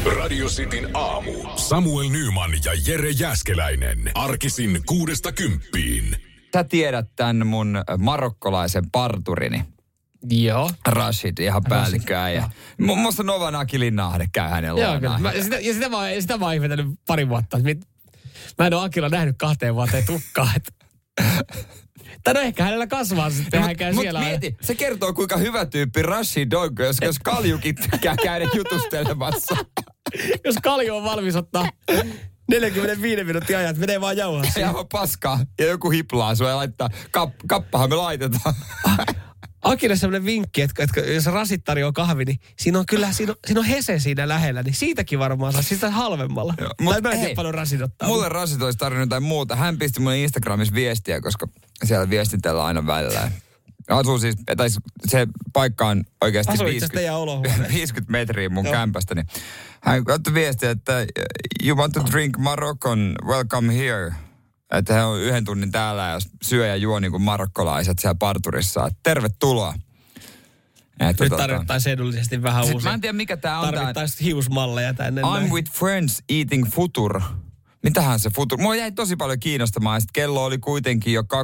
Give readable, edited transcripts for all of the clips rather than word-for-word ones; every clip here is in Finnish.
Radio Cityn aamu. Samuel Nyman ja Jere Jääskeläinen. Arkisin 6–10. Sä tiedät tän mun marokkolaisen parturini. Joo. Rashid, ihan päällikköä. Ja muun muassa Nova Nakilinahde käy hänen luonaan. Sitä mä oon ihmetellyt pari vuotta. Mä en ole Akilla nähnyt 2 vuoteen tukkaa. Tai no ehkä hänellä kasvaa sitten, hän käy siellä. Mieti, se kertoo kuinka hyvä tyyppi Rashid on, jos Kaljukin tykkää käydä jutustelemassa. Jos Kalju on valmis ottaa 45 minuutin ajan, menee vaan jauhaa. Ja paskaa. Ja joku hiplaa sua ja laittaa, kappahan me laitetaan. Akille sellainen vinkki, että jos Rashid tarjoaa kahvi, niin siinä on Hese siinä lähellä, niin siitäkin varmaan saa sitä halvemmalla. Tai mä en tiedä paljon Rashid ottaa. Mulle Rashid olisi tarjonnut jotain muuta. Hän pisti mulle Instagramissa viestiä, koska siellä viestitellään aina välillä. Asuu siis, tai se paikka on oikeasti 50 metriä mun kämpästä. Niin hän otti viestiä, että you want to drink Moroccan, welcome here. Että he on 1 tunnin täällä ja syö ja juo niin kuin marokkolaiset siellä parturissa. Tervetuloa. Nyt tarvittaisiin edullisesti vähän uusia. Mä en tiedä mikä tää on. Tarvittaisiin hiusmalleja tänne. I'm with friends eating futur. Mitähän se futur? Mulla jäi tosi paljon kiinnostamaan. Sitten kello oli kuitenkin jo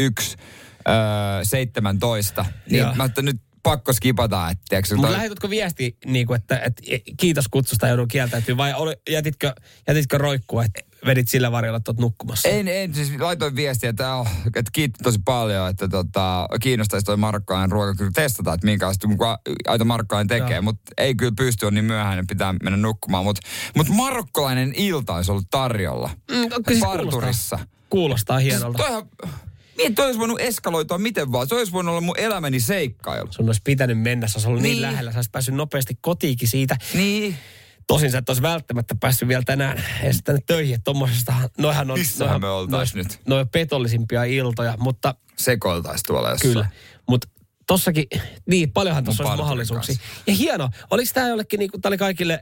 21:17. Niin mä ajattelin nyt pakko skipata. Mutta lähetätkö viesti, niin kuin, että kiitos kutsusta, joudun kieltäytyä, vai jätitkö roikkua, että vedit sillä varjolla, että oot nukkumassa? En siis laitoin viestiä, että kiitos tosi paljon, että kiinnostaisi toi marokkolainen ruoka kyllä testata, että minkälaista aito marokkolainen tekee, mutta ei kyllä pysty, on niin myöhään, että pitää mennä nukkumaan, mutta marokkolainen ilta olisi ollut tarjolla. Parturissa. Kuulostaa hienolta. Toi olisi voinut eskaloitua miten vaan. Se olisi voinut olla mun elämäni seikkailu. Sun olisi pitänyt mennä, se olisi ollut niin lähellä. Sä olisi päässyt nopeasti kotiinkin siitä. Niin. Tosin sä et olisi välttämättä päässyt vielä tänään edes tänne töihin. Että noihan on missähän me oltais nyt? Noi on petollisimpia iltoja, mutta sekoiltaisi tuolla jossain. Kyllä, mutta tossakin, niin paljonhan tuossa olisi mahdollisuuksia. Ja hieno, oliko tämä jollekin, niin kuin, tämä oli kaikille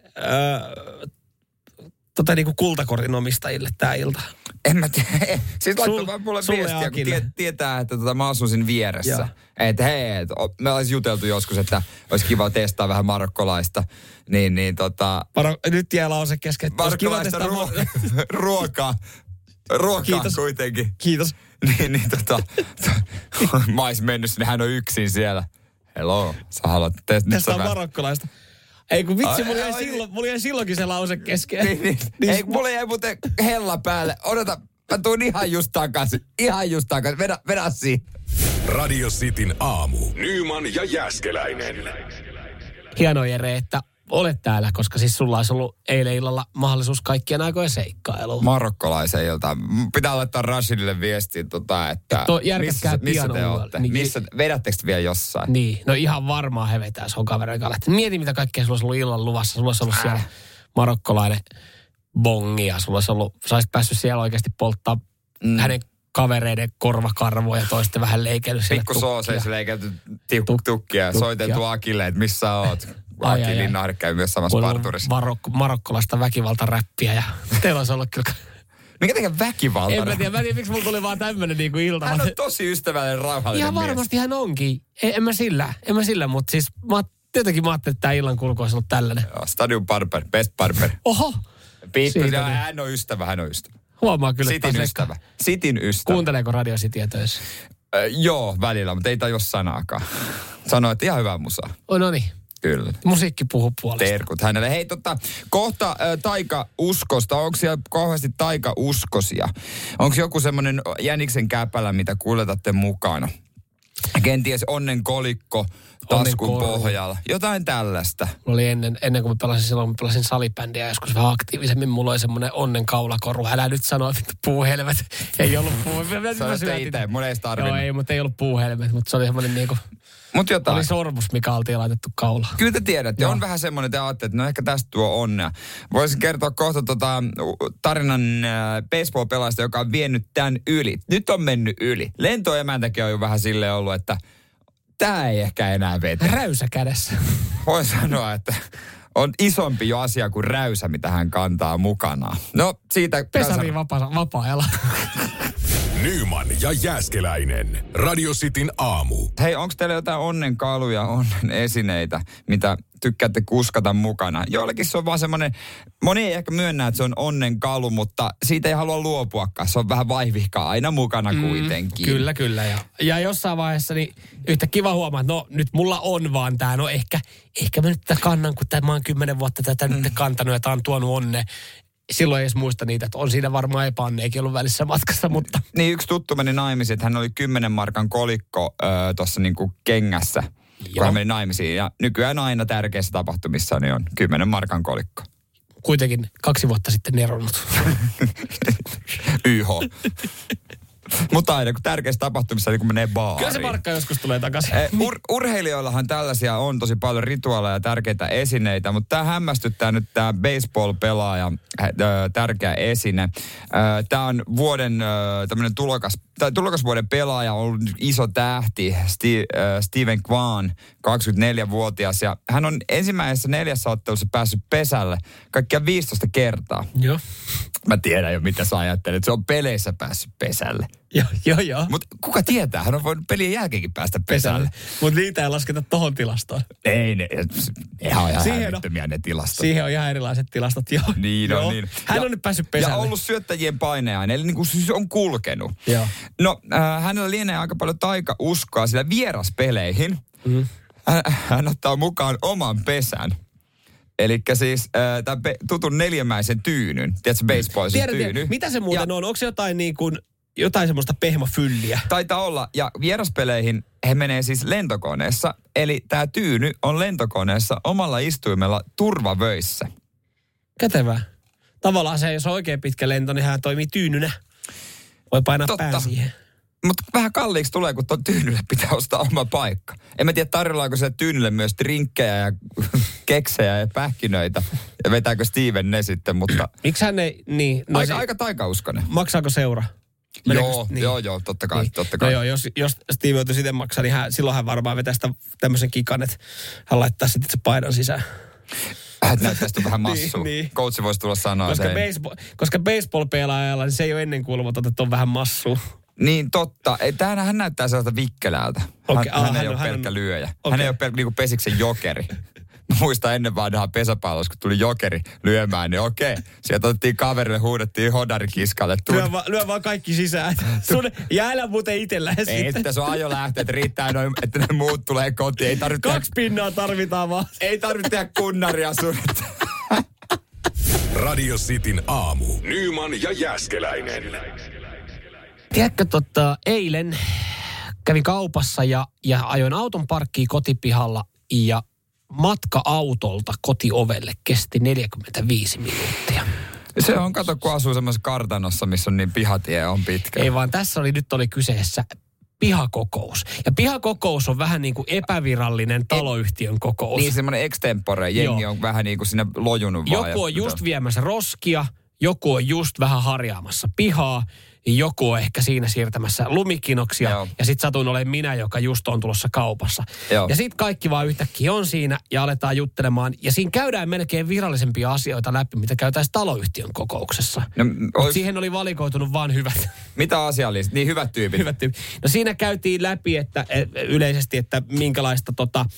niin kuin kultakortin omistajille tämä ilta? En mä tiedä. Siis laittoi vaan mulle viestiä, kun tietää, että mä asun siinä vieressä. Että hei, me olisi juteltu joskus, että olisi kiva testaa vähän marokkolaista. Nyt jää lause kesken. Marokkolaista ruokaa. Ruokaa kuitenkin. Kiitos. Mä ois mennyt sinne, hän on yksin siellä. Hello, sä haluat testaa marokkolaista. Ei kun vitsi, mulla jäi silloinkin se lause kesken. Ei, mulla jäi muuten hella päälle. Odota, mä tuun ihan just takaisin. Vedä siihen. Radio Cityn aamu. Nyman ja Jääskeläinen. Hienoa, Jere, että olet täällä, koska siis sulla olisi ollut eilen illalla mahdollisuus kaikkien aikojen seikkailuun. Marokkolaisen iltaan. Pitää laittaa Rashidille viestiä, että missä te olette? Vedättekö vielä jossain? Niin, no ihan varmaan he vetää, se on kaverin kanssa. Mieti, mitä kaikkea sulla olisi ollut illan luvassa. Sulla olisi ollut siellä marokkolainen bongi ja sulla olisi ollut, sä olisit päässyt siellä oikeasti polttaa hänen kavereiden korvakarvoja ja toisten vähän leikellyt siellä tukkia. Pikku sooseissa leikelty tukkia ja soiteltu Akille, että missä oot. Aki Linnahde käy myös samassa parturissa. Marokkolaista väkivaltaräppiä ja teillä olisi ollut kyllä. Mikä tekee väkivaltaräppiä? En mä tiedä, miksi mulla tuli vaan tämmönen niinku ilta. Hän on tosi ystävällinen, rauhallinen ihan mies. varmasti hän onkin. En mä sillä, mutta siis jotenkin mä ajattelin, että tää illan kulku olisi ollut tällainen. Joo, Stadium Barber, best barber. Oho! Hän on ystävä. Huomaa kyllä. Cityn ystävä. Kuunteleeko Radio Cityä töissä? Joo, välillä, mutta ei tajua sanaakaan. Sanoi, että ihan hyvä musa. No niin. Kyllä. Musiikki puhuu puolesta. Terkut hänelle. Hei, kohta taikauskosta. Onko siellä kauheasti taikauskosia? Onko joku semmoinen jäniksen käpälä, mitä kuuletatte mukana? Kenties onnen kolikko taskun pohjalla. Jotain tällaista. Oli ennen kuin mä pelasin salibändiä joskus vähän aktiivisemmin. Mulla oli semmoinen onnen kaulakoru. Älä nyt sano, että puuhelmet. Ei ollut puuhelmet. Sanoitte itse, mun ei edes tarvinnut. Joo, ei, mutta ei ollut puuhelmet. Mutta se oli semmoinen niinku... Mut jotain. Oli sormus, mikä oltiin laitettu kaulaan. Kyllä te tiedätte. On vähän semmoinen, te ajattelette, että no ehkä tästä tuo onnea. Voisin kertoa kohta tarinan baseball-pelaajasta, joka on vienyt tämän yli. Nyt on mennyt yli. Lentoemäntäkin on jo vähän silleen ollut, että tää ei ehkä enää vetä. Räysä kädessä. Voin sanoa, että on isompi jo asia kuin räysä, mitä hän kantaa mukanaan. No siitä... Pesari vapaa-ajalla. Nyman ja Jääskeläinen. Radio Cityn aamu. Hei, onko teillä jotain onnenkaluja, onnen esineitä, mitä tykkäätte kuskata mukana. Joillekin se on vaan semmoinen, moni ei ehkä myönnä, että se on onnenkalu, mutta siitä ei halua luopuakaan. Se on vähän vaivihkaa aina mukana kuitenkin. Kyllä. Ja jossain vaiheessa niin yhtä kiva huomaa, että no nyt mulla on vaan tää. No ehkä mä nyt tätä kannan, kun mä oon 10 vuotta tätä nyt kantanut ja tää on tuonut onne. Silloin ei edes muista niitä, että on siinä varmaan epäonneekin ollut välissä matkassa, mutta... Niin, yksi tuttu meni naimisiin, että hän oli 10 markan kolikko tuossa niinku kengässä, kun hän meni naimisiin. Ja nykyään aina tärkeissä tapahtumissa niin on 10 markan kolikko. Kuitenkin 2 vuotta sitten eronnut. YH. Mutta aina kun tärkeissä tapahtumissa niin kun menee baariin. Kyllä se markka joskus tulee takaisin. Urheilijoillahan tällaisia on tosi paljon rituaaleja ja tärkeitä esineitä, mutta tämä hämmästyttää nyt tämä baseball-pelaaja tärkeä esine. Tämä on vuoden tämmöinen tulokasvuoden pelaaja, on ollut iso tähti, Steven Kwan, 24-vuotias. Ja hän on ensimmäisessä 4 ottelussa päässyt pesälle kaikkiaan 15 kertaa. Joo. Mä tiedän jo, mitä sä ajattelet. Se on peleissä päässyt pesälle. Joo. Mutta kuka tietää? Hän on voinut pelien jälkeenkin päästä pesälle. Mutta niitä ei lasketa tohon tilastoon. Ei, ne on ihan hävyttömiä ne tilastot. Siihen on ihan erilaiset tilastot, joo. Niin. Hän on nyt päässyt pesälle. Ja ollut syöttäjien paineaine, eli niin kuin se on kulkenut. Joo. No, hänellä lienee aika paljon taikauskoa, sillä vieraspeleihin hän ottaa mukaan oman pesän. Elikkä siis tämän tutun 4-mäisen tyynyn. Tiedätkö, baseballisen tyyny? Mitä se muuten on? Onko se jotain niin kuin... Jotain semmoista pehmofylliä. Taitaa olla. Ja vieraspeleihin he menee siis lentokoneessa. Eli tämä tyyny on lentokoneessa omalla istuimella turvavöissä. Kätevää. Tavallaan se, jos on oikein pitkä lento, niin hän toimii tyynynä. Voi painaa pään siihen. Mutta vähän kalliiksi tulee, kun tuon tyynylle pitää ostaa oma paikka. En mä tiedä, tarjollaanko se tyynylle myös drinkkejä ja keksejä ja pähkinöitä. Ja vetääkö Steven ne sitten, mutta... Miksi hän ei... Niin, no aika taikauskonen. Maksaako seura? Joo, totta kai. No joo, jos Steve joutuisi itse maksaa, niin silloin hän varmaan vetää sitä tämmöisen kikan, että hän laittaa sitten se paidan sisään. Hän näyttäisi vähän massua. niin. Coachi voisi tulla sanoa. Koska baseball-pelaajalla niin se ei ole ennenkuulumatonta, että on vähän massua. Niin totta. Hän näyttää sellaista vikkelältä. Hän ei ole pelkkä lyöjä. Okay. Hän ei ole pelkkä niin kuin Pesiksen jokeri. Mä muistan ennen vanhaa pesäpallossa, kun tuli jokeri lyömään, niin okei. Sieltä otettiin kaverille, huudettiin hodarikiskalle. Lyö vaan kaikki sisään. Ja älä muuten itsellä sitten. Että se on ajolähteet, riittää noin, että ne muut tulee kotiin. Ei 2 pinnaa tarvitaan vaan. Ei tarvitse tehdä kunnaria sun. Radio Cityn aamu. Nyman ja Jääskeläinen. Tiedätkö, eilen kävin kaupassa ja ajoin auton parkkiin kotipihalla ja matka autolta kotiovelle kesti 45 minuuttia. Se on, kato, kun asuu semmoisessa kartanossa, missä on niin pihatie on pitkä. Ei vaan, tässä oli kyseessä pihakokous. Ja pihakokous on vähän niin kuin epävirallinen taloyhtiön kokous. Niin, semmoinen extempore. Jengi on vähän niin kuin sinne lojunut vaan. Joku on just viemässä roskia, joku on just vähän harjaamassa pihaa. Joku on ehkä siinä siirtämässä lumikinoksia. Joo. Ja sit satuin olemaan minä, joka just on tulossa kaupassa. Joo. Ja sit kaikki vaan yhtäkkiä on siinä ja aletaan juttelemaan. Ja siinä käydään melkein virallisempia asioita läpi, mitä käytäisiin taloyhtiön kokouksessa. No, siihen oli valikoitunut vaan hyvät. Mitä asiaa oli? Niin hyvät tyypit. Hyvät tyypit. No siinä käytiin läpi että yleisesti, että minkälaista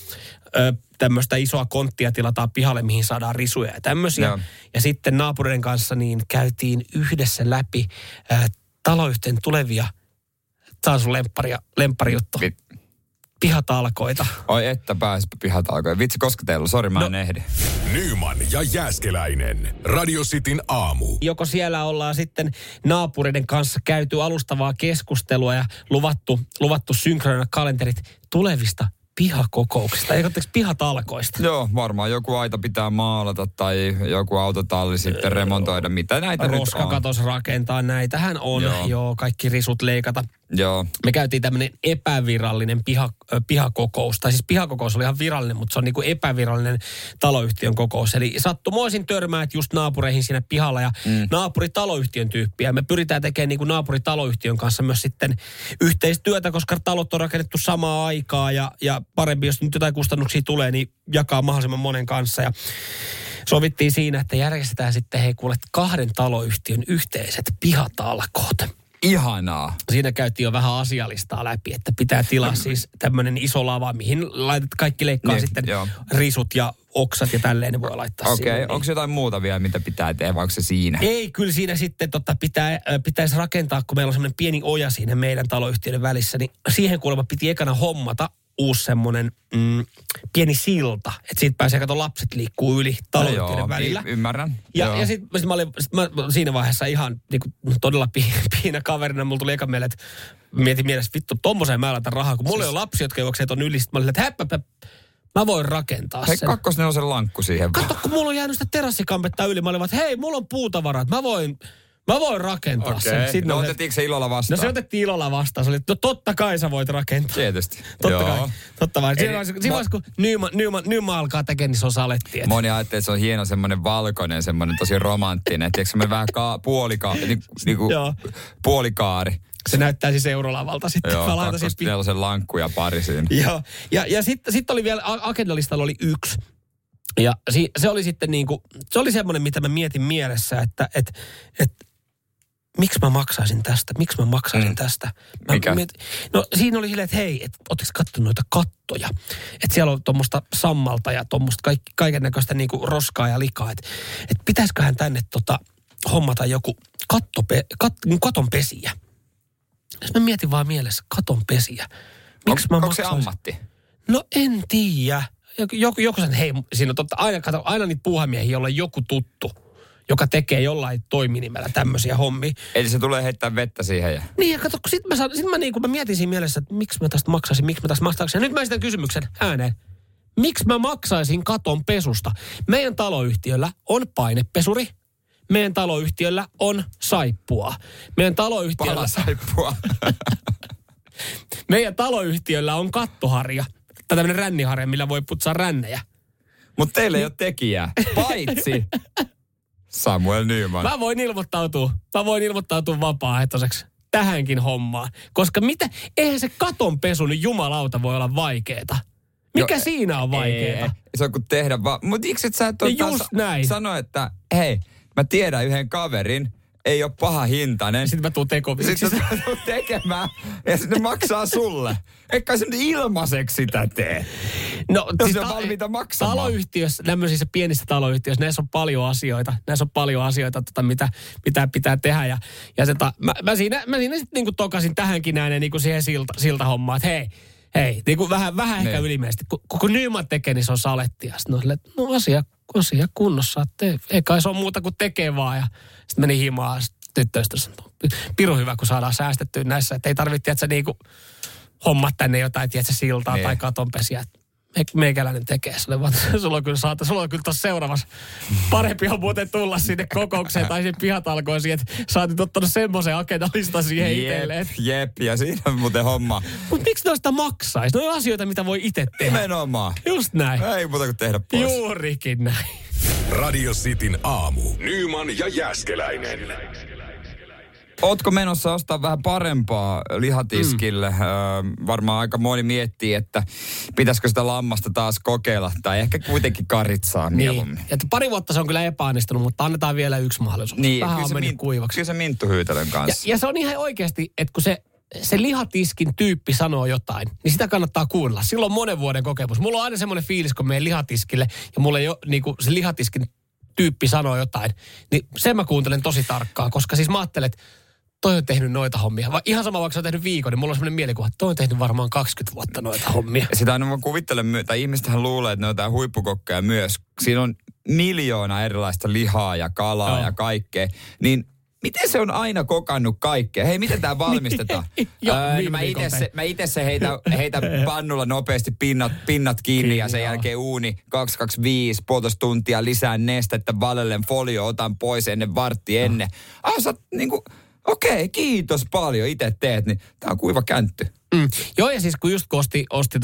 tämmöistä isoa konttia tilataan pihalle, mihin saadaan risuja ja tämmöisiä. Joo. Ja sitten naapureiden kanssa niin käytiin yhdessä läpi taloyhtiön tulevia, tämä on sun lempparijuttu, pihatalkoita. Oi että pääsipä pihatalkoja. Vitsi, koska teillä on? Sori, mä en ehdi. Nyman ja Jääskeläinen. Radio Cityn aamu. Joko siellä ollaan sitten naapureiden kanssa käyty alustavaa keskustelua ja luvattu synkronoida kalenterit tulevista pihakokouksista, eikö pihatalkoista? Joo, varmaan joku aita pitää maalata tai joku autotalli sitten remontoida. Mitä näitä nyt on? Roskakatos rakentaa, näitähän on. Joo, kaikki risut leikata. Joo. Me käytiin tämmöinen epävirallinen pihakokous. Tai siis pihakokous oli ihan virallinen, mutta se on niinku epävirallinen taloyhtiön kokous. Eli sattumoisin törmäät just naapureihin siinä pihalla ja naapuritaloyhtiön tyyppiä. Me pyritään tekemään niinku naapuritaloyhtiön kanssa myös sitten yhteistyötä, koska talot on rakennettu samaa aikaa ja parempi, jos nyt jotain kustannuksia tulee, niin jakaa mahdollisimman monen kanssa. Ja sovittiin siinä, että järjestetään sitten 2 taloyhtiön yhteiset pihatalkoot. Ihanaa. Siinä käytiin jo vähän asialistaa läpi, että pitää tilaa siis tämmöinen iso lava, mihin laitat kaikki leikkaa niin, sitten risut ja oksat ja tälleen ne voi laittaa sinne. Okei, onko jotain muuta vielä, mitä pitää tehdä, vai onko se siinä? Ei, kyllä siinä sitten pitäisi rakentaa, kun meillä on semmoinen pieni oja siinä meidän taloyhtiöiden välissä, niin siihen kuulemma piti ekana hommata uusi semmoinen pieni silta, että siitä pääsee, kato lapset liikkuu yli taloyhtiöiden välillä. Ymmärrän. Ja sitten mä siinä vaiheessa ihan niin kuin, todella piinä kaverina, mulla tuli eka mieleen, että mietin mielessä, vittu, tommoseen mä laitan rahaa, kun mulla ei ole lapsia, jotka juoksee ton yli, sitten mä olin, että mä voin rakentaa sen. Hei, 2/4 lankku siihen. Kato, kun mulla on jäänyt sitä terassikampetta yli, mä olin, että hei, mulla on puutavaraa, että mä voin rakentaa sen. Sitten no otettiinko se ilolla vastaan? No se otettiin ilolla vastaan. Se oli, no totta kai sä voit rakentaa. Tietysti. Totta kai. Totta vai. Siinä vaiheessa, kun Nyman alkaa tekemään, niin se on saletti. Moni ajattelee, että se on hieno semmoinen valkoinen, semmoinen tosi romanttinen. Tiedätkö semmoinen vähän puolikaari. Se näyttää siis eurolavalta sitten. Joo, 2/4 lankku ja pari siinä. Joo. Ja sitten oli vielä, agendalistalla oli 1. Ja se oli sitten niinku, se oli semmoinen, mitä mä mietin mielessä, että miksi mä maksaisin tästä? Mikä? No siinä oli silleen, että hei, ootteko kattonut noita kattoja? Että siellä on tuommoista sammalta ja tuommoista kaiken näköistä niinku roskaa ja likaa. Että pitäisiköhän tänne hommata joku katonpesiä. Mä mietin vaan mielessä katonpesiä. Miksi mä maksaisin? Onko se ammatti? No en tiedä. Joku sen, hei, siinä on aina niitä puuhamiehiä, joilla on joku tuttu, joka tekee jollain toiminimellä tämmöisiä hommia. Eli se tulee heittää vettä siihen ja... Niin, ja kato, sit mä mietin siinä mielessä, että miksi mä tästä maksaisin. Ja nyt mä esitän kysymyksen ääneen. Miksi mä maksaisin katon pesusta? Meidän taloyhtiöllä on painepesuri. Meidän taloyhtiöllä on saippua. Meidän taloyhtiöllä... Palasaippua. Meidän taloyhtiöllä on kattoharja. Tai tämmöinen ränniharja, millä voi putsaa rännejä. Mutta teillä ei ole tekijää. Paitsi Samuel Nyman. Mä voin ilmoittautua vapaaehtoiseksi tähänkin hommaan. Koska eihän se katonpesu nyt jumalauta voi olla vaikeeta. Mikä siinä on vaikeeta? Se on kun tehdä vaan. Mutta ikset sä et sano, että hei, mä tiedän yhden kaverin, ei ole paha hintainen. Sitten mä tuun tekemään ja sitten maksaa sulle. Eikä se nyt ilmaiseksi sitä tee. No, jos siis on valmiita maksamaan. Taloyhtiössä, tämmöisissä pienissä taloyhtiöissä, näissä on paljon asioita. Mitä pitää tehdä. Ja mä siinä sitten niinku tokasin tähänkin näin niinku siihen siltahommaan, että hei, niinku vähän ehkä ylimeisesti. Kun Nyman tekee, niin se on salettia. Sitten asia kunnossa, että ei kai se ole muuta kuin tekee vaan. Ja sitten meni himaan tyttöystä. Pirun hyvä, kun saadaan säästettyä näissä. Että ei tarvitse, että sä niinku hommat tänne jotain, tiedätkö, siltaa tai katonpesiä. Meikäläinen tekee. Sulla on kyllä tuossa seuraavassa. Parempi on muuten tulla sinne kokoukseen tai sinne pihatalkoisiin, että sä oot nyt ottanut semmoisen agendalistan siihen itselleen. Jep, ja siinä on muuten homma. Mutta miksi noista maksaisi? Ne on asioita, mitä voi itse tehdä. Nimenomaan. Just näin. Ei muuta kuin tehdä pois. Juurikin näin. Radio Cityn aamu. Nyman ja Jääskeläinen. Ootko menossa ostaa vähän parempaa lihatiskille? Varmaan aika moni miettii, että pitäisikö sitä lammasta taas kokeilla tai ehkä kuitenkin karitsaa mieluummin. Niin. Että pari vuotta se on kyllä epäonnistunut, mutta annetaan vielä yksi mahdollisuus. Niin, vähän on mennyt kuivaksi. Kyllä se minttuhyytelön kanssa. Ja se on ihan oikeasti, että kun se lihatiskin tyyppi sanoo jotain, niin sitä kannattaa kuunnella. Silloin on monen vuoden kokemus. Mulla on aina semmoinen fiilis, kun menen lihatiskille ja mulla ei ole, niin kuin se lihatiskin tyyppi sanoo jotain, niin sen mä kuuntelen tosi tarkkaan, koska siis mä ajattelen, että toi on tehnyt noita hommia. Ihan sama, vaikka se on tehnyt viikon, niin mulla on semmoinen mielikuva, että toi on tehnyt varmaan 20 vuotta noita hommia. Sitä aina mä kuvittelen, tai ihmistähän luulee, että ne on jotain huippukokkeja myös. Siinä on miljoona erilaista lihaa ja kalaa ja kaikkea. Niin miten se on aina kokannut kaikkea? Hei, miten tää valmistetaan? Mä itse se heitä pannulla nopeasti pinnat kiinni ja sen jälkeen uuni 225, puolitoista tuntia lisää nestettä, valellen folio, otan pois ennen vartti ennen. Sä niinku... Okei, kiitos paljon, itse teet, niin tää on kuiva käntty. Joo, ja siis kun just osti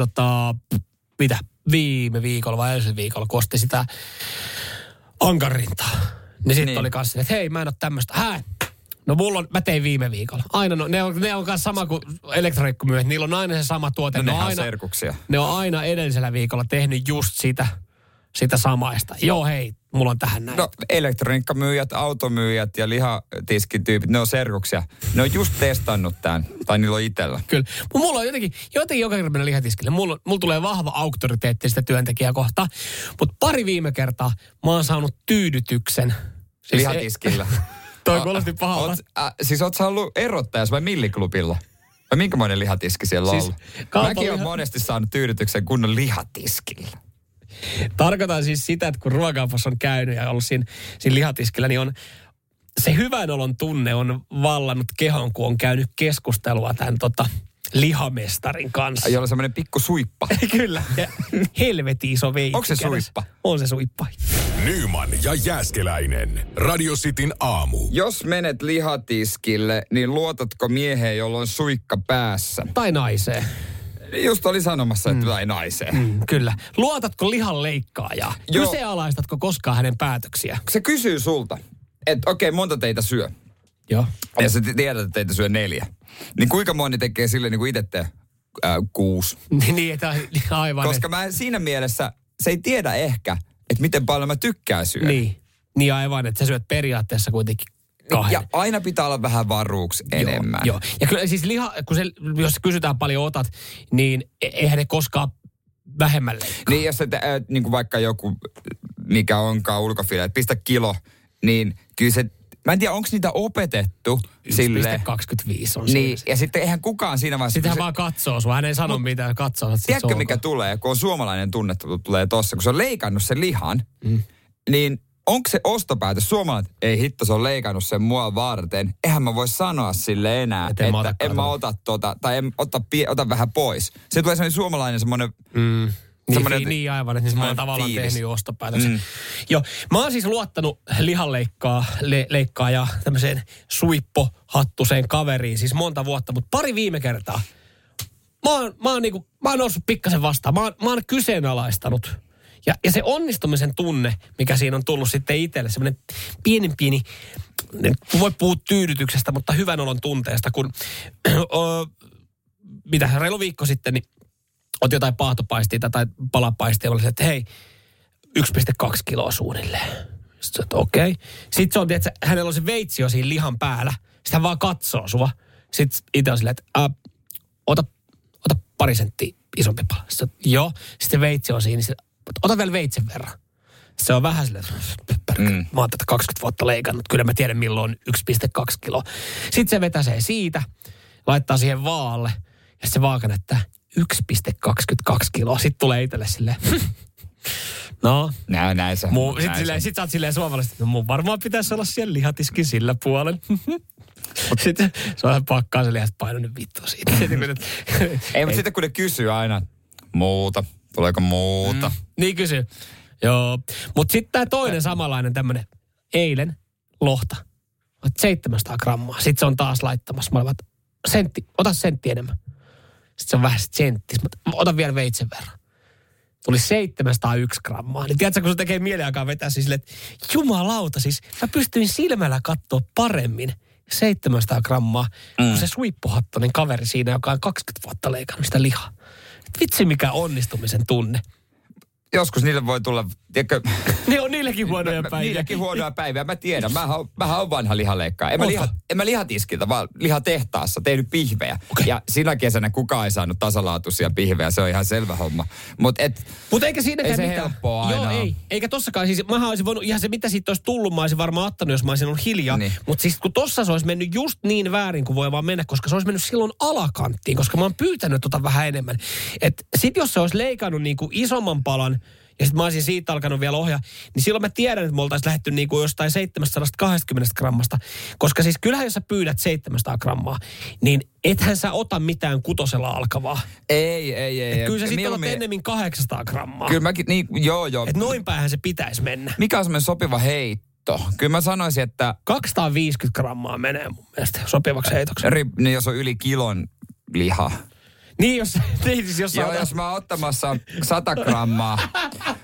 viime viikolla vai edellisellä viikolla, kun osti sitä ankarintaa, niin sitten oli kanssa, että hei, mä en oo tämmöstä. No mä tein viime viikolla. Aina, ne on kanssa sama kuin elektroniikkamyyjät, niillä on aina se sama tuote. No nehän on serkuksia. Ne on aina edellisellä viikolla tehnyt just sitä. sitä samaista. Joo, hei, mulla on tähän näin. No, elektroniikkamyyjät, automyyjät ja lihatiskityypit, ne on serkuksia. Ne on just testannut tämän, tai niillä on itsellä. Kyllä. Mulla on jotenkin joka kerta mennä lihatiskille. Mulla tulee vahva auktoriteetti sitä työntekijää kohtaan. Mutta pari viime kertaa mä oon saanut tyydytyksen. Siis lihatiskillä. Toi kuulosti pahalta. Siis oot sä ollut erottajas vai milliklubilla? Vai minkämoinen lihatiski siellä on ollut? Mäkin olen monesti saanut tyydytyksen kunnon lihatiskillä. Tarkoitan siis sitä, että kun ruokaupassa on käynyt ja ollut siinä lihatiskillä, niin on se hyvän olon tunne on vallannut kehon, kun on käynyt keskustelua tämän lihamestarin kanssa. Jolla on semmoinen pikku suippa. Kyllä. Ja helvetin iso veitsi. Onko se suippa? On se suippa. Nyman ja Jääskeläinen. Radio Cityn aamu. Jos menet lihatiskille, niin luotatko mieheen, jolla on suikka päässä? Tai naiseen. Just oli sanomassa, että tai naiseen. Kyllä. Luotatko lihan leikkaajaa? Kyseenalaistatko koskaan hänen päätöksiä? Se kysyy sulta, että okei, monta teitä syö? Joo. Ja sä tiedät, että teitä syö 4. Niin kuinka moni tekee sille niin kuin itse tee? 6. Niin, aivan. Koska mä siinä mielessä, se ei tiedä ehkä, että miten paljon mä tykkään syödä. Niin aivan, että sä syöt periaatteessa kuitenkin 2. Ja aina pitää olla vähän varuuksi enemmän. Joo. Ja kyllä siis jos kysytään paljon otat, niin eihän ne koskaan vähemmän leikkaa. Niin jos niin kuin vaikka joku, mikä onkaan ulkofile, että pistä kilo, niin kyllä se, mä en tiedä, onko niitä opetettu sille. 1,25 on niin, ja sitten eihän kukaan siinä vaiheessa. Sitten hän vaan katsoo sua, hän ei sano mitään, katsoo. Tiedätkö mikä tulee, kun on suomalainen tunnettu tulee tossa, kun se on leikannut sen lihan, niin onko se ostopäätös suomalainen, ei hitto, se on leikannut sen mua varten. Eihän mä voi sanoa sille enää, että en mä ota tai ota vähän pois. Se tulee sellainen suomalainen semmoinen. Niin aivan, että mä oon tavallaan tehnyt ostopäätöksen. Joo, mä oon siis luottanut lihanleikkaa ja tämmöiseen suippohattuseen kaveriin siis monta vuotta, mutta pari viime kertaa. Mä oon noussut pikkasen vastaan. Mä oon kyseenalaistanut. Ja se onnistumisen tunne, mikä siinä on tullut sitten itselle, semmoinen pieni, voi puhua tyydytyksestä, mutta hyvän olon tunteesta, kun reilu viikko sitten, niin otin jotain paahtopaistia tai palapaistia, ja että hei, 1,2 kiloa suunnilleen. Sitten että okei. Sitten se on, tiedätkö, hänellä on se veitsi jo siinä lihan päällä. Sitten hän vaan katsoo sua. Sitten itse on silleen, että ota pari senttiä isompi pala. Sitten joo. Sitten veitsi on siinä. Sitten, ota vielä veitsen verran. Se on vähän silleen, mä oon tätä 20 vuotta leikannut. Kyllä mä tiedän milloin 1,2 kiloa. Sitten se vetäsee siitä, laittaa siihen vaalle. Ja se vaaka näyttää 1,22 kiloa. Sitten tulee itselle silleen, no. Näin se. Sitten sä oot silleen suomalaisesti, no mun varmaan pitäisi olla siellä lihatiskin sillä puolella. Sitten se on pakkaa se lihasta painunut vittu siitä. Ei, mutta sitten kun ne kysyy aina, tuleeko muuta? Niin kysyy. Joo. Mutta sitten tämä toinen samanlainen tämmöinen, eilen lohta. 700 grammaa. Sitten se on taas laittamassa. Mä olen ota sentti enemmän. Sitten se on vähän senttis, mutta ota vielä veitsen verran. Tuli 701 grammaa. Niin tiedätkö, kun se tekee mieli aikaa vetää siis silleen, että jumalauta siis, mä pystyin silmällä katsoa paremmin 700 grammaa, kun se suippohattoinen kaveri siinä, joka on 20 vuotta leikannut sitä lihaa. Et vitsi mikä onnistumisen tunne. Joskus niille voi tulla, tiedätkö? Ne on niillekin huonoja päiviä. Niillekin huonoja päiviä, mä tiedän. Mähän on vanha lihaleikkaaja. En mä lihatiskiltä, vaan lihatehtaassa tehnyt pihvejä. Okay. Ja sinä kesänä kukaan ei saanut tasalaatuisia pihvejä, se on ihan selvä homma. Mutta eikä siinäkään ei se mitään. Helppoa aina. Joo, ei. Eikä tossakaan. Siis mähän olisin voinut, ihan se mitä siitä olisi tullut, mä olisin varmaan ottanut, jos mä olisin ollut hiljaa. Niin. Mutta siis kun tossa se olisi mennyt just niin väärin kuin voi vaan mennä, koska se olisi mennyt silloin alakanttiin, koska mä oon pyytänyt vähän enemmän. Et sit jos se olisi leikannut niinku isomman palan, ja sitten mä olisin siitä alkanut vielä ohjaa, niin silloin mä tiedän, että me oltaisiin lähdetty niinku jostain 720 grammasta. Koska siis kyllähän jos sä pyydät 700 grammaa, niin ethän sä ota mitään kutosella alkavaa. Ei. Et kyllä sä sitten otat ennemmin 800 grammaa. Kyllä mäkin, niin, joo. Et noin päähän se pitäisi mennä. Mikä on semmoinen sopiva heitto? Kyllä mä sanoisin, että 250 grammaa menee mun mielestä sopivaksi heitoksi. Niin jos on yli kilon liha. Niin, jos jos mä oon ottamassa 100 grammaa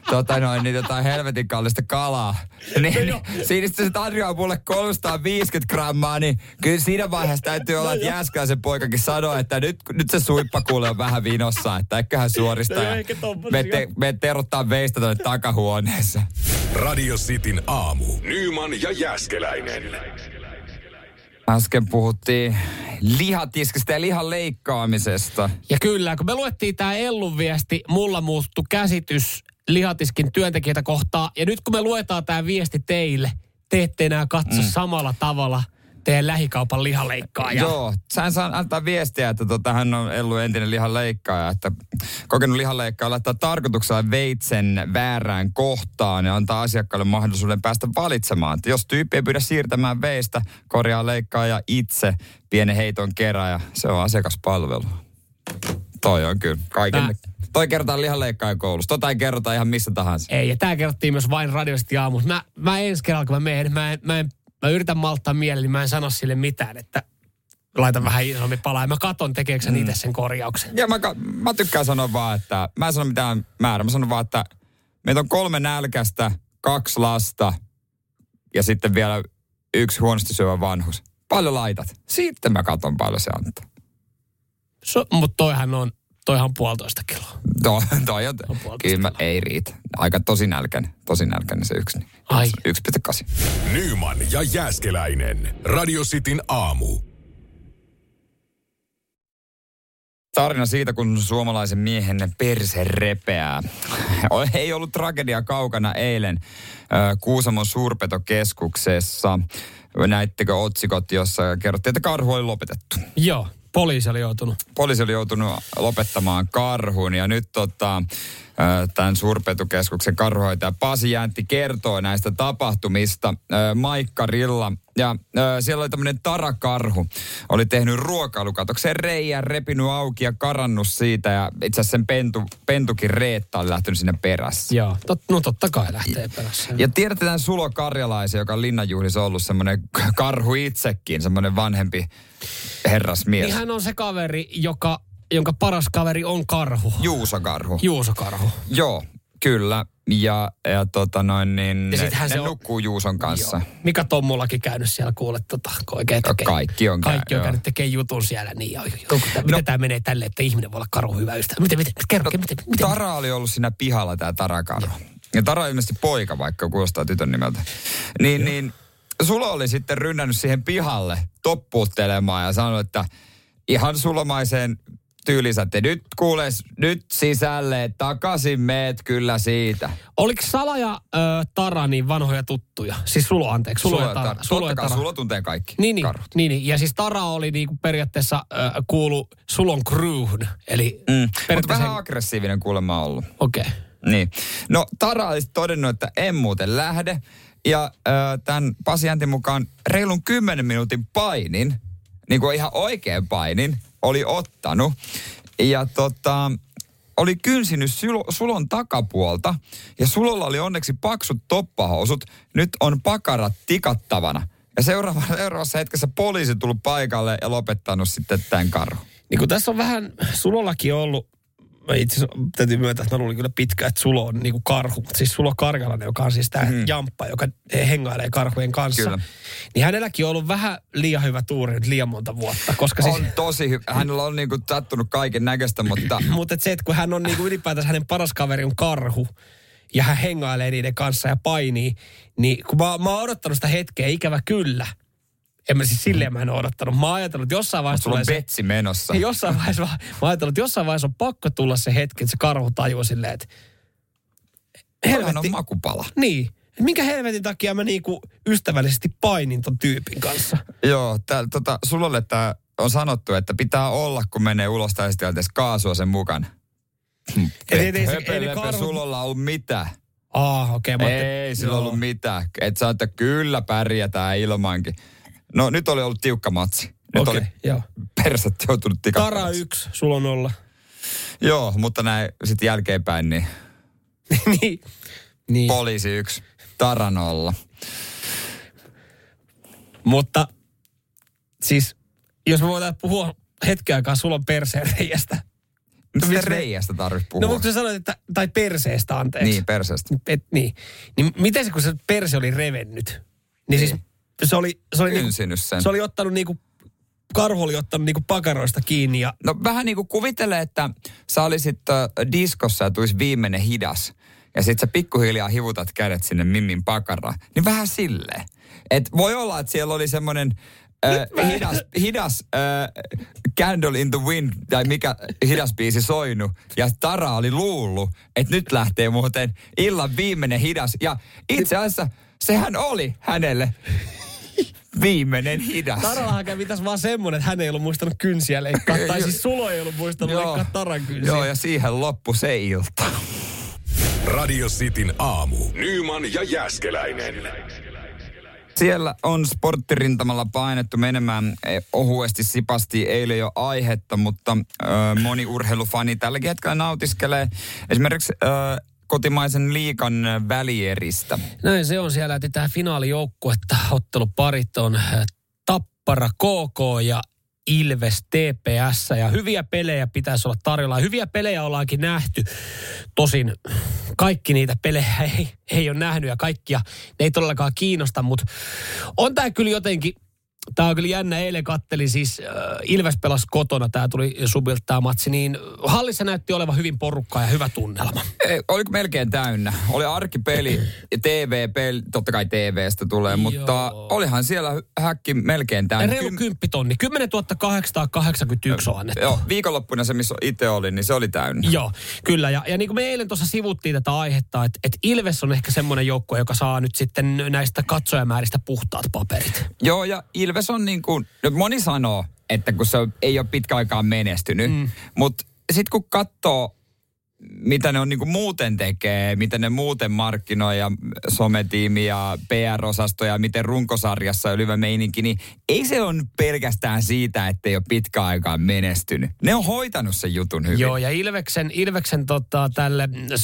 jotain helvetin kallista kalaa. Siinä se tarjoaa mulle 350 grammaa, niin kyllä siinä vaiheessa täytyy olla, että Jääskeläisen poikakin sanoo, että nyt se suippakuule on vähän vinossa, että eiköhän suorista. Me terottaa veistä tuonne takahuoneessa. Radio Cityn aamu. Nyman ja Jääskeläinen. Äsken puhuttiin lihatiskistä ja lihan leikkaamisesta. Ja kyllä, kun me luettiin tämä Ellun viesti, mulla muuttui käsitys lihatiskin työntekijöitä kohtaan. Ja nyt kun me luetaan tämä viesti teille, te ette enää katso samalla tavalla teidän lähikaupan lihaleikkaaja. Joo, sä saan antaa viestiä, että hän on Ellu entinen lihanleikkaaja, että kokenut lihanleikkaaja laittaa tarkoituksella veitsen väärään kohtaan ja antaa asiakkaalle mahdollisuuden päästä valitsemaan. Että jos tyyppi ei pyydä siirtämään veistä, korjaa leikkaaja itse pienen heiton kerran ja se on asiakaspalvelu. Toi on kyllä kaikille. Toi kerrotaan lihanleikkaajan koulussa. Tota ei kerrota ihan missä tahansa. Ei, ja tää kerrottiin myös vain Radio City aamussa. Mä ensi kerralla, kun mä menen, mä yritän malttaa mieleni, niin mä en sano sille mitään, että laitan vähän isommin palaa. Ja mä katon, tekeekö sä itse sen korjauksen. Ja mä tykkään sanoa vaan, että mä en sano mitään määrää. Mä sanon vaan, että meitä on 3 nälkästä, 2 lasta ja sitten vielä 1 huonosti syövä vanhus. Paljon laitat. Sitten mä katon paljon se antaa. Mutta toihan on 1,5 kiloa. Toi on kyllä ei riitä. Aika tosi nälkäinen se 1. Niin. Ai. 1,8. Nyman ja Jääskeläinen. Radio Cityn aamu. Tarina siitä, kun suomalaisen miehen perse repeää. Ei ollut tragedia kaukana eilen Kuusamon suurpetokeskuksessa. Näittekö otsikot, jossa kerrottiin, että karhu oli lopetettu? Joo. Poliisi oli joutunut lopettamaan karhun ja nyt tämän suurpetokeskuksen karhuhoitaja Pasi Jäntti kertoo näistä tapahtumista Maikkarilla. Ja siellä oli tämmöinen tarakarhu. Oli tehnyt ruokailukatokseen reijän, repinyt auki ja karannut siitä. Ja itse asiassa sen pentukin Reetta oli lähtenyt sinne perässä. Joo, totta kai lähtee perässä. Ja tiedätte tämän Sulo Karjalaisen, joka on Linnanjuhlissa ollut semmoinen karhu itsekin, semmoinen vanhempi herrasmies. Niin hän on se kaveri, jonka paras kaveri on karhu. Juuso Karhu. Joo, kyllä. Ja ne nukkuu Juuson kanssa. Joo. Mika Tommollakin käynyt siellä, kuulet, kun oikein tekee. Kaikki on käynyt tekee jutun siellä. Niin, miten tämä menee tälleen, että ihminen voi olla karhu hyvä ystävä? Miten? Tara oli ollut siinä pihalla, tämä tarakarhu. Ja Tara on ilmeisesti poika, vaikka kuulostaa tytön nimeltä. Niin Sulo oli sitten rynnännyt siihen pihalle toppuuttelemaan ja sanonut, että ihan sulomaiseen tyylinsä, että nyt sisälle, takaisin meet kyllä siitä. Oliko Sala ja Tara niin vanhoja tuttuja? Siis Sulo, anteeksi. Sulo ja Tara. Totta kai Sulo tuntee kaikki. Niin. Ja siis Tara oli niinku periaatteessa kuulu Sulon crewhun. Eli mutta vähän aggressiivinen kuulemma ollut. Okei. Okay. Niin. No Tara olisi todennut, että en muuten lähde. Ja tämän Pasi Jäntin mukaan reilun 10 minuutin painin, niin kuin ihan oikein painin, oli ottanut. Ja oli kynsinyt Sulon takapuolta. Ja Sulolla oli onneksi paksut toppahousut. Nyt on pakarat tikattavana. Ja seuraavassa hetkessä poliisi tullut paikalle ja lopettanut sitten tämän karhun. Niin kuin tässä on vähän Sulollakin ollut, itse asiassa täytyy myöntää, että mä luulin kyllä pitkään, että Sulo on niin kuin karhu. Siis Sulo Karjalainen, joka on siis tämä jamppa, joka hengailee karhujen kanssa. Kyllä. Niin hänelläkin on ollut vähän liian hyvä tuuri nyt liian monta vuotta. Koska on tosi hyvä. Hänellä on niin kuin sattunut kaiken näköistä, mutta... mutta se, että kun hän on niin kuin ylipäätänsä hänen paras kaveri on karhu, ja hän hengailee niiden kanssa ja painii, niin kun mä oon odottanut sitä hetkeä, ikävä kyllä. Mä en ole odottanut. Mä oon ajatellut, että jossain vaiheessa... Sulla on betsi menossa. Mä ajatellut, että jossain vaiheessa on pakko tulla se hetki, että se karhu tajuu silleen, että... Helvetti. On makupala. Niin. Minkä helvetin takia mä niinku ystävällisesti painin ton tyypin kanssa? Joo, Sulolle tää on sanottu, että pitää olla, kun menee ulos täysitilanteessa kaasua sen mukana. Höpölepö Sulolla ollut mitään. Okei. Ei sillä ollut mitään. Et sä että kyllä pärjätään ilmankin. No nyt oli ollut tiukka matsi. Nyt oli perset joutunut tikattamaan. Tara 1, Sulo 0. Joo, mutta näin sitten jälkeenpäin niin. niin. Poliisi 1, Tara 0. Mutta siis, jos me voidaan puhua hetken aikaa Sulon perseen reiästä. Mistä reiästä tarvitsisi puhua? No mutta sä sanoit, että, tai perseestä, anteeksi. Niin, perseestä. Niin miten se, kun se perse oli revennyt, niin siis se oli kynsinyt sen. Se oli ottanut niinku, karhu oli ottanut niinku pakaroista kiinni ja... No vähän niinku kuvitele, että sä olisit diskossa ja tulisi viimeinen hidas. Ja sit sä pikkuhiljaa hivutat kädet sinne Mimmin pakaraan. Niin vähän silleen. Et voi olla, että siellä oli semmoinen hidas Candle in the Wind, tai mikä hidas biisi soinut. Ja Tara oli luullut, että nyt lähtee muuten illan viimeinen hidas. Ja itse asiassa sehän oli hänelle viimeinen hidas. Tarallahan kävi tässä vaan semmoinen, että hän ei ollut muistanut kynsiä leikkaa. Tai siis Sulo ei ollut muistanut leikkaa Taran kynsiä. Joo, ja siihen loppui se ilta. Radio Cityn aamu. Nyman ja Jääskeläinen. Siellä on sporttirintamalla painettu menemään ohuesti sipasti eilen jo aihetta, mutta moni urheilufani tälläkin hetkellä nautiskelee esimerkiksi kotimaisen liigan välieristä. Näin se on, siellä tämä finaalijoukkuetta. Otteluparit on Tappara KK ja Ilves TPS, ja hyviä pelejä pitäisi olla tarjolla. Hyviä pelejä ollaankin nähty. Tosin kaikki niitä pelejä ei ole nähnyt ja kaikkia ne ei todellakaan kiinnosta, mutta on tämä kyllä jotenkin, tämä on kyllä jännä. Eilen kattelin siis, Ilves pelasi kotona, tämä tuli Subilta tämä matsi, niin hallissa näytti olevan hyvin porukkaa ja hyvä tunnelma. Oliko melkein täynnä? Oli arkipeli ja TV-peli, totta kai TV:stä tulee, mutta olihan siellä häkki melkein täynnä. Reilu 10 000, 10 881 on annettu. Joo, viikonloppuna se, missä itse oli, niin se oli täynnä. Joo, kyllä. Ja niin kuin me eilen tuossa sivuttiin tätä aihetta, että Ilves on ehkä semmoinen joukkue, joka saa nyt sitten näistä katsojamääristä puhtaat paperit. Joo, ja Ilves on niin kuin, moni sanoo, että kun se ei ole pitkä aikaan menestynyt, mutta sitten kun katsoo, mitä ne on niin kuin muuten tekee, miten ne muuten markkinoi ja sometiimi ja PR-osasto ja miten runkosarjassa on hyvä meininki, niin ei se on pelkästään siitä, että ei ole pitkä aikaan menestynyt. Ne on hoitanut sen jutun hyvin. Joo, ja Ilveksen tälle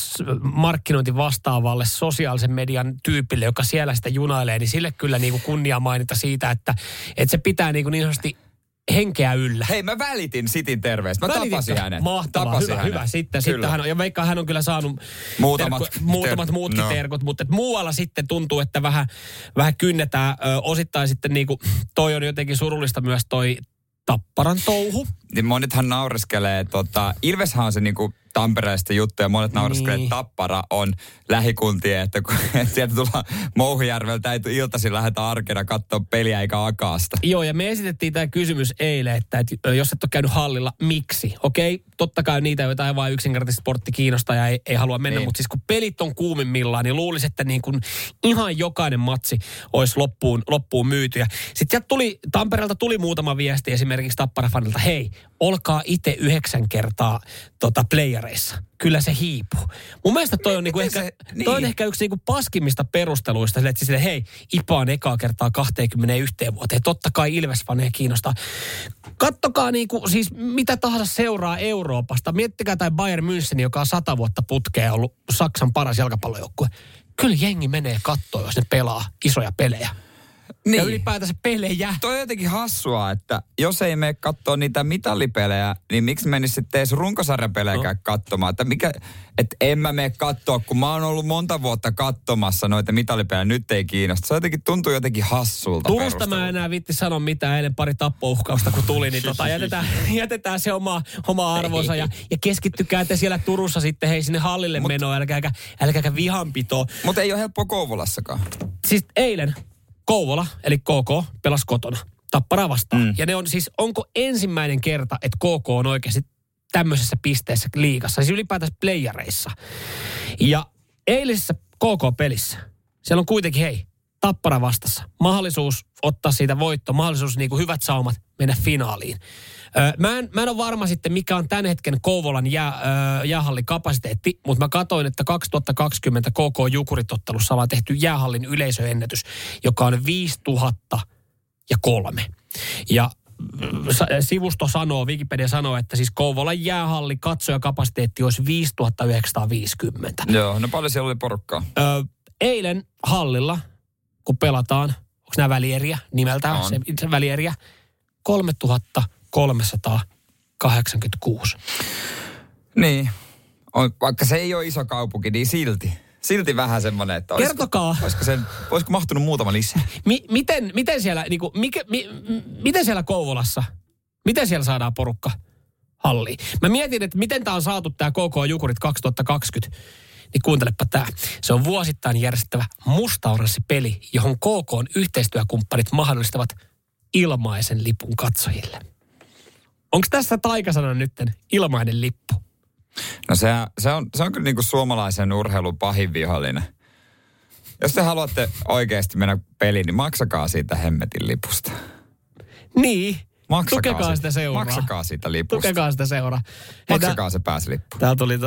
markkinointivastaavalle sosiaalisen median tyypille, joka siellä sitä junailee, niin sille kyllä niin kuin kunnia mainita siitä, että se pitää niin sanotusti henkeä yllä. Hei, mä välitin Cityn terveistä. Mä tapasin hänet. Mahtavaa, hyvä. Sitten hän on, ja vaikka hän on kyllä saanut muutamat muutkin terkut, mutta muualla sitten tuntuu, että vähän kynnetään. Osittain sitten niinku, toi on jotenkin surullista myös toi Tapparan touhu. Niin monethan naureskelee, Ilveshän on se niinku Tampereesta juttu ja monet naureskelee, että Tappara on lähikuntia, että kun sieltä tullaan Mouhijärveltä, ei iltaisin lähdetä arkena katsoa peliä eikä akaasta. Joo, ja me esitettiin tämä kysymys eilen, että jos et ole käynyt hallilla, miksi? Okei, totta kai niitä, joita ei vain yksinkertaisesti sportti kiinnostaa ja ei halua mennä, mutta siis kun pelit on kuumimmillaan, niin luulisi, että niin kuin ihan jokainen matsi olisi loppuun myyty. Ja sitten Tampereelta tuli muutama viesti esimerkiksi Tappara-fanilta, hei, olkaa itse 9 kertaa playereissa. Kyllä se hiipuu. Mun mielestä toi on, toi on ehkä yksi niinku paskimmista perusteluista, että hei, IPA on ekaa kertaa 21 vuoteen. Totta kai Ilves-faneja kiinnostaa. Kattokaa siis mitä tahansa seuraa Euroopasta. Miettikää tai Bayern München, joka on 100 vuotta putkea ollut Saksan paras jalkapallojoukkue. Kyllä jengi menee kattoon, jos ne pelaa isoja pelejä. Niin. Ja ylipäätänsä pelejä. Toi on jotenkin hassua, että jos ei mene katsoa niitä mitallipelejä, niin miksi menisi sitten edes runkosarjapelejäkään katsomaan? Että en mä mene katsoa, kun mä oon ollut monta vuotta katsomassa noita mitallipelejä, nyt ei kiinnosta. Se jotenkin tuntuu jotenkin hassulta. Turusta mä enää viitti sanoa mitään, eilen pari tappouhkausta kun tuli, niin jätetään se oma arvonsa ja keskittykää te siellä Turussa sitten hei sinne hallille menoon, älkääkä vihanpitoa. Mutta ei ole helppoa Kouvolassakaan. Siis eilen Kouvola, eli KK, pelasi kotona Tapparaa vastaan. Ja ne on siis, onko ensimmäinen kerta, että KK on oikeasti tämmöisessä pisteessä liigassa, siis ylipäätänsä playereissa. Ja eilisessä KK-pelissä, siellä on kuitenkin, hei, Tappara vastassa. Mahdollisuus ottaa siitä voitto, mahdollisuus niin kuin hyvät saumat mennä finaaliin. Mä en ole varma sitten, mikä on tämän hetken Kouvolan jäähallin kapasiteetti, mutta mä katsoin, että 2020 KK Jukurit-ottelussa ollaan tehty jäähallin yleisöennätys, joka on 5003. Ja sivusto sanoo, Wikipedia sanoo, että siis Kouvolan jäähalli katsojakapasiteetti olisi 5950. Joo, no paljon siellä oli porukkaa. Eilen hallilla, kun pelataan, onko nämä välieriä nimeltään, se välieriä, 3386. Niin. Vaikka se ei ole iso kaupunki, niin silti vähän semmoinen, että kertokaa. Olisiko mahtunut muutama lisää? Miten siellä, niinku, miten siellä Kouvolassa, miten siellä saadaan porukka halliin? Mä mietin, että miten tää on saatu tää KK Jukurit 2020. Niin kuuntelepa tää. Se on vuosittain järjestettävä musta-oranssi peli, johon KK:n yhteistyökumppanit mahdollistavat ilmaisen lipun katsojille. Onko tässä taikasana nytten ilmainen lippu? No se on kyllä niinku suomalaisen urheilun pahin vihollinen. Jos te haluatte oikeasti mennä peliin, niin maksakaa siitä hemmetin lipusta. Niin. Tukekaa sitä seuraa. Maksakaa siitä lipusta. Tukekaa sitä seuraa. Maksakaa se pääsylippu. Tää tuli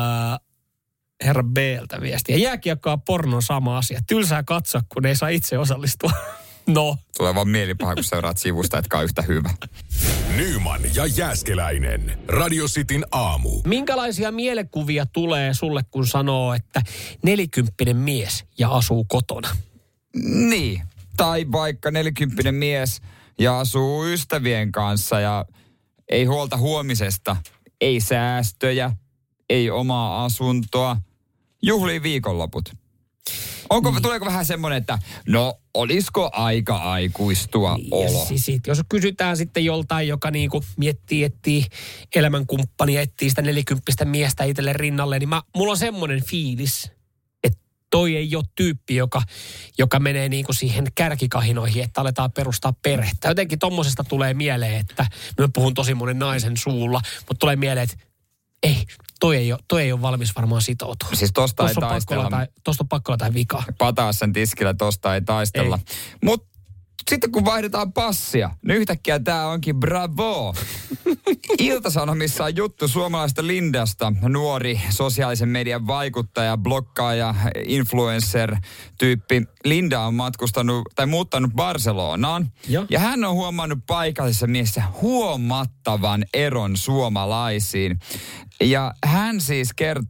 herra B:ltä viestiä. Jääkiekkoa porno on sama asia. Tylsää katsoa, kun ei saa itse osallistua. No. Tulee vaan mielipaha, kun seuraat sivusta, etkä yhtä hyvä. Nyman ja Jääskeläinen. Radio Cityn aamu. Minkälaisia mielikuvia tulee sulle, kun sanoo, että 40 mies ja asuu kotona? Niin. Tai vaikka 40 mies ja asuu ystävien kanssa ja ei huolta huomisesta. Ei säästöjä, ei omaa asuntoa. Juhlii viikonloput. Tuleeko vähän semmoinen, että no olisiko aika aikuistua olo? Jos kysytään sitten joltain, joka niinku etsii elämänkumppania, etsii sitä 40 miestä itselle rinnalle, niin mulla on semmoinen fiilis, että toi ei ole tyyppi, joka menee niinku siihen kärkikahinoihin, että aletaan perustaa perhettä. Jotenkin tommosesta tulee mieleen, että mä puhun tosi monen naisen suulla, mutta tulee mieleen, että ei, toi ei ole valmis varmaan sitoutua. Siis tosta ei taistella. Tosta on pakko jotain vikaa. Pataa sen tiskillä, tosta ei taistella. Mutta sitten kun vaihdetaan passia, niin yhtäkkiä tää onkin bravo. Ilta-Sanomissa on juttu suomalaista Lindasta. Nuori sosiaalisen median vaikuttaja, bloggaaja, influencer-tyyppi. Linda on muuttanut Barcelonaan. Ja hän on huomannut paikallisessa mielessä huomattavan eron suomalaisiin. Ja hän siis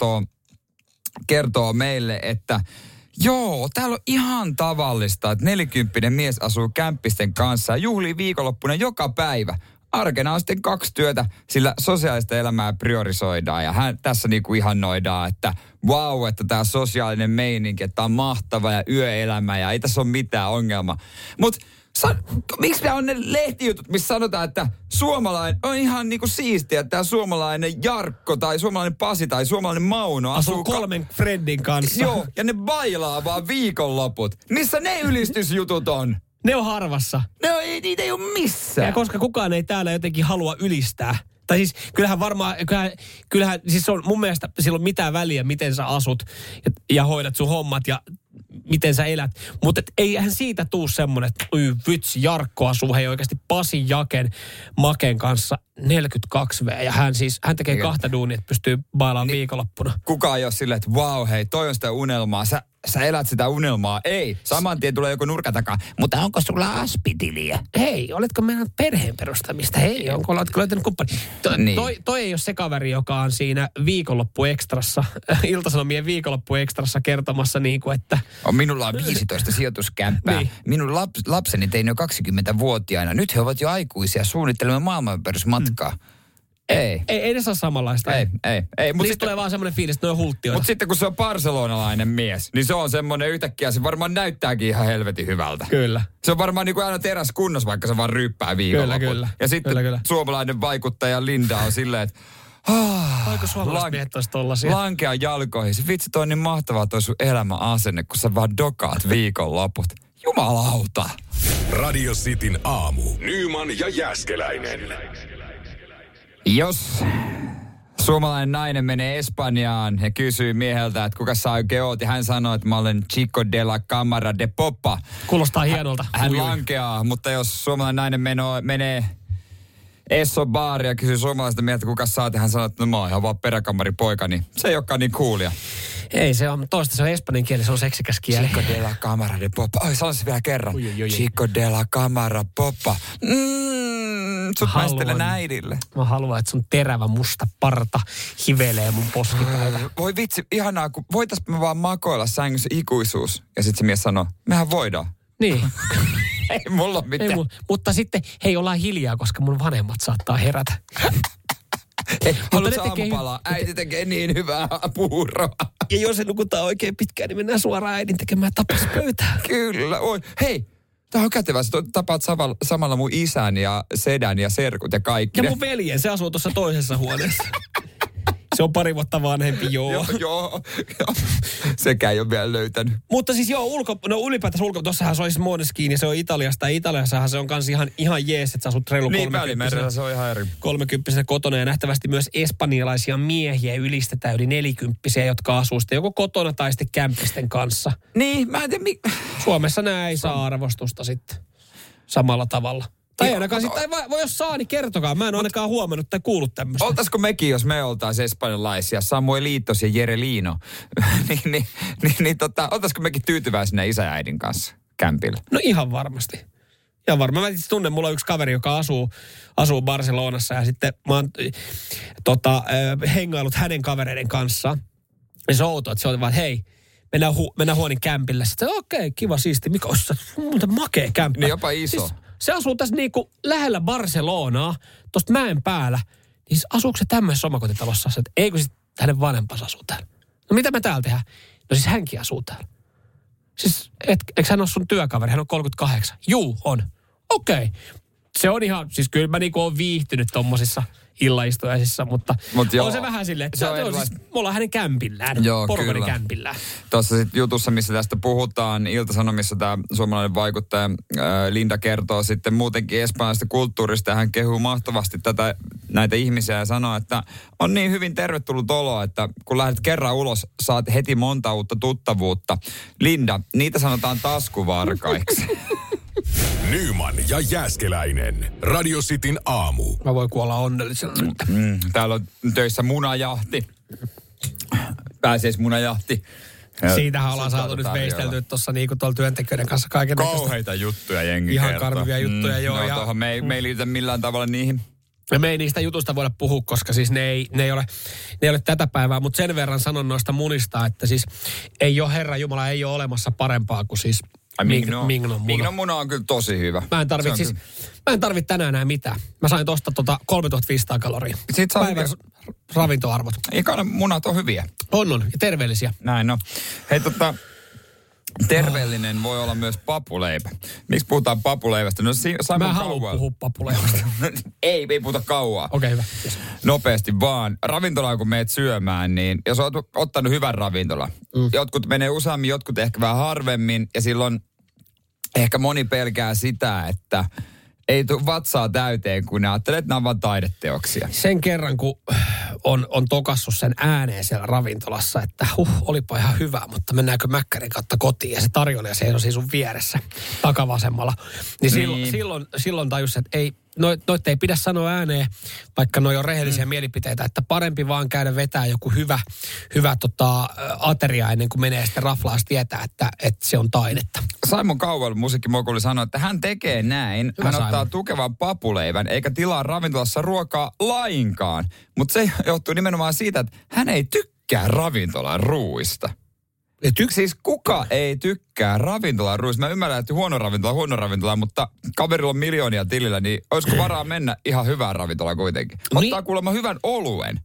kertoo meille, että joo, täällä on ihan tavallista, että 40 mies asuu kämppisten kanssa ja juhlii viikonloppuna joka päivä. Arkena on sitten 2 työtä, sillä sosiaalista elämää priorisoidaan ja tässä niinku ihannoidaan, että vau, että tää sosiaalinen meininki, että tää on mahtava ja yöelämä ja ei tässä ole mitään ongelmaa. Mutta miksi nämä on ne lehtijutut, missä sanotaan, että suomalainen on ihan niinku siistiä, että tämä suomalainen Jarkko tai suomalainen Pasi tai suomalainen Mauno asuu 3 friendin kanssa. Joo, ja ne bailaa vaan viikonloput. Missä ne ylistysjutut on? Ne on harvassa. Niitä ei ole missään. Ja koska kukaan ei täällä jotenkin halua ylistää. Tai siis kyllähän siis on mun mielestä sillä on mitään väliä, miten sä asut ja hoidat sun hommat ja miten sä elät. Mutta eihän siitä tuu semmonen, että vitsi, Jarkko asuu oikeasti Pasi Maken kanssa 42V. Ja hän tekee 2 duunia, että pystyy bailaamaan viikonloppuna. Kukaan ei ole silleen, että vau, hei, toi on sitä unelmaa. Sä elät sitä unelmaa. Ei, saman tien tulee joku nurkan takaa. Mutta onko sulla aspitiliä? Hei, oletko mennä perheen perustamista? Hei, oletko löytänyt kumppani? Toi ei ole se kaveri, joka on siinä viikonloppuekstrassa, Ilta-Sanomien viikonloppuekstrassa kertomassa niin kuin, että minulla on 15 sijoituskämppää. Niin. Minun lapseni tein jo 20-vuotiaana. Nyt he ovat jo aikuisia. Suunnittelemme maailmanperusmatkaa. Ei ne saa samanlaista. Ei. Niistä tulee vaan semmoinen fiilis, että ne on hulttioita. Mutta sitten kun se on barcelonalainen mies, niin se on semmoinen yhtäkkiä, se varmaan näyttääkin ihan helvetin hyvältä. Kyllä. Se on varmaan niin kuin aina teräs kunnossa, vaikka se vaan ryppää viikonlopun. Kyllä. Ja sitten suomalainen vaikuttaja Linda on silleen, että Aika suomalaiset miehet olisi tollasia. Lankea jalkoihin. Se vitsi, toi on niin mahtavaa toi sun elämäasenne, kun sä vaan dokaat viikonloput. Jumalauta. Radio Cityn aamu. Nyman ja Jääskeläinen. Jos suomalainen nainen menee Espanjaan ja kysyy mieheltä, että kuka sä oikein oot, ja hän sanoo, että mä olen Chico de la Cámara de Popa. Kuulostaa hienolta. Hän lankeaa, mutta jos suomalainen nainen menee Esso baari ja kysyy suomalaista mieltä, kuka sä oot, ja hän sanoo, että no mä oon ihan vaan peräkamaripoika, niin se ei olekaan niin coolia. Ei, se on espanjan kieli, se on seksikäs kieli. Chico de la Cámara de Popa. Oi, sano se vielä kerran. Chico de la Cámara Popa. Sut maistelen äidille. Mä haluan, että sun terävä musta parta hivelee mun poskipäivä. Voi vitsi, ihanaa, kun voitais me vaan makoilla sängyssä ikuisuus. Ja sit se mies sanoo, mehän voidaan. Niin. Ei mulla ole mitään. Mutta sitten, hei, ollaan hiljaa, koska mun vanhemmat saattaa herätä. Haluatko aamupalaa? Äiti tekee niin hyvää puuroa. Ja jos se nukutaan oikein pitkään, niin mennään suoraan äidin tekemään tapaspöytään. Kyllä. Oi. Hei, tämä on kätevää. Sä tapaat samalla mun isän ja sedän ja serkut ja kaikki. Ja mun veljen, se asuu tuossa toisessa huoneessa. Se on pari vuotta vanhempi, joo. Sekä ei ole vielä löytänyt. Mutta siis ylipäätänsä tuossahan se olisi Måneskin ja se on Italiasta. Ja Italiassahan se on kans ihan jees, että sä asut reilu 30. Se on ihan eri. 30 kotona ja nähtävästi myös espanjalaisia miehiä ylistetään yli 40, jotka asuu sitten joko kotona tai sitten kämpisten kanssa. Niin, mä en tiedä. Suomessa nää ei saa arvostusta sitten samalla tavalla. Tai ainakaan sitten, voi jos saa, niin kertokaa. Mä en ole ainakaan huomannut tai kuullut tämmöistä. Oltaisiko mekin, jos me oltaisiin espanjalaisia, Samuel Liitos ja Jere Liino, oltaisiko mekin tyytyväisenä isä ja äidin kanssa kämpillä? No ihan varmasti. Ihan varmaan. Mä tunnen, mulla on yksi kaveri, joka asuu Barcelonassa ja sitten mä oon hengailut hänen kavereiden kanssa. Ja se on outoa, että se on vaan, hei, mennään huonin kämpille. Sitten okei, kiva, siisti. Mikä on se? Muuten makea kämppä. Niin jopa iso. Siis, se asuu tässä niinku lähellä Barcelonaa, tosta mäen päällä. Niin asuuko se tämmöisessä omakotitalossa? Että eikö sitten hänen vanhempansa asuu täällä? No mitä me täällä tehdään? No siis hänkin asuu täällä. Siis eikö hän ole sun työkaveri? Hän on 38. Juu, on. Okei. Se on ihan, siis kyllä mä niinku oon viihtynyt tommosissa illaistujaisissa, mutta on se vähän silleen, että me ollaan hänen kämpillään, porukanin kämpillään. Tuossa sitten jutussa, missä tästä puhutaan, Ilta-Sanomissa tämä suomalainen vaikuttaja Linda kertoo sitten muutenkin espanjalaisesta kulttuurista, ja hän kehuu mahtavasti näitä ihmisiä ja sanoo, että on niin hyvin tervetullut olo, että kun lähdet kerran ulos, saat heti monta uutta tuttavuutta. Linda, niitä sanotaan taskuvarkaiksi. Nyman ja Jääskeläinen. Radio Cityn aamu. Mä voin kuolla onnellisena. Täällä on töissä munajahti. Pääsiäismunajahti. Siitähän ollaan saatu nyt veisteltyä tuossa niinku tuolla työntekijöiden kanssa kaiken näköistä. Kauheita juttuja jengi ihan kertoo. karmivia juttuja, joo. No tuohon me ei liity millään tavalla niihin. Me ei niistä jutusta voida puhua, koska siis ne ei ole tätä päivää, mutta sen verran sanon noista munista, että siis ei ole, Herra Jumala, ei ole olemassa parempaa kuin siis Mignon muna. Mignon muna on kyllä tosi hyvä. Mä en tarvitse tänään enää mitään. Mä sain tosta 3500 kaloria. Päivän ravintoarvot. Ikana munat on hyviä. On ja terveellisiä. Näin no. Hei terveellinen voi olla myös papuleipä. Miksi puhutaan papuleivästä? No mä haluan puhua papuleivästä. ei puhuta kauaa. Okei, hyvä. Yes. Nopeasti vaan. Ravintolaan kun meet syömään, niin jos olet ottanut hyvän ravintolan. Jotkut menee useammin, jotkut ehkä vähän harvemmin. Ja silloin ehkä moni pelkää sitä, että ei tule vatsaa täyteen, kun ne ajattelee, että nämä on vaan taideteoksia. Sen kerran, kun on tokassut sen ääneen siellä ravintolassa, että olipa ihan hyvä, mutta mennäänkö mäkkärin kautta kotiin ja se tarjoilija seisoi sun vieressä takavasemmalla. Niin silloin tajus, että ei, noit ei pidä sanoa ääneen, vaikka noi on rehellisiä mielipiteitä, että parempi vaan käydä vetää joku hyvä ateria ennen kuin menee sitten raflaas tietää, että se on taidetta. Simon Cowell, musiikkimokuli, sanoi, että hän tekee näin. Hyvä hän ottaa tukevan papuleivän eikä tilaa ravintolassa ruokaa lainkaan. Mutta se johtuu nimenomaan siitä, että hän ei tykkää ravintolan ruuista. Siis kuka ei tykkää ravintolan ruuista? Mä ymmärrän, että huono ravintola, mutta kaverilla on miljoonia tilillä, niin olisiko varaa mennä ihan hyvään ravintolaan kuitenkin? Ottaa kuulemma hyvän oluen.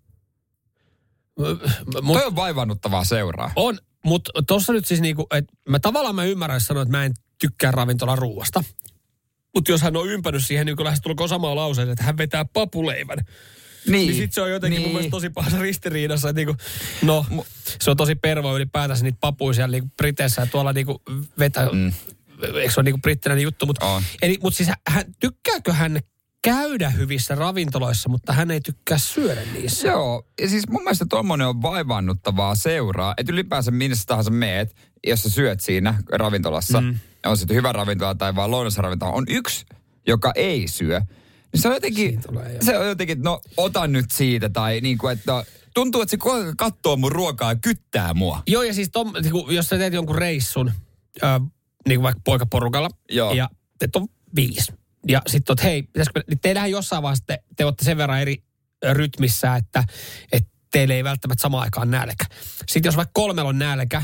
Toi on vaivannuttavaa seuraa. On, mutta tossa nyt siis niinku, että mä ymmärrän sanoa, että mä en tykkää ravintolan ruuasta. Mutta jos hän on ympännyt siihen, niin lähestulkoon samaa lauseen, että hän vetää papuleivän. Niin sit se on jotenkin mun mielestä tosi pahassa ristiriidassa, että niinku, se on tosi pervoa ylipäätänsä niitä papuja siellä niinku Briteissä ja tuolla niinku vetää, eikö se ole niinku brittinäinen juttu, mutta siis tykkääkö hän käydä hyvissä ravintoloissa, mutta hän ei tykkää syödä niissä? Joo, ja siis mun mielestä tommonen on vaivannuttavaa seuraa, että ylipäänsä minne tahansa meet, jos sä syöt siinä ravintolassa, on sitten hyvä ravintola tai vaan lounasravintola, on yksi, joka ei syö. Se on jotenkin, että no otan nyt siitä tai niin kuin, että tuntuu, että se katsoo mun ruokaa ja kyttää mua. Joo ja siis jos sä teet jonkun reissun, niin kuin vaikka poikaporukalla, ja teet on 5. Ja sitten oot, hei, teillähän jossain vaiheessa te olette sen verran eri rytmissä, että teille ei välttämättä samaan aikaan nälkä. Sitten jos vaikka 3 on nälkä,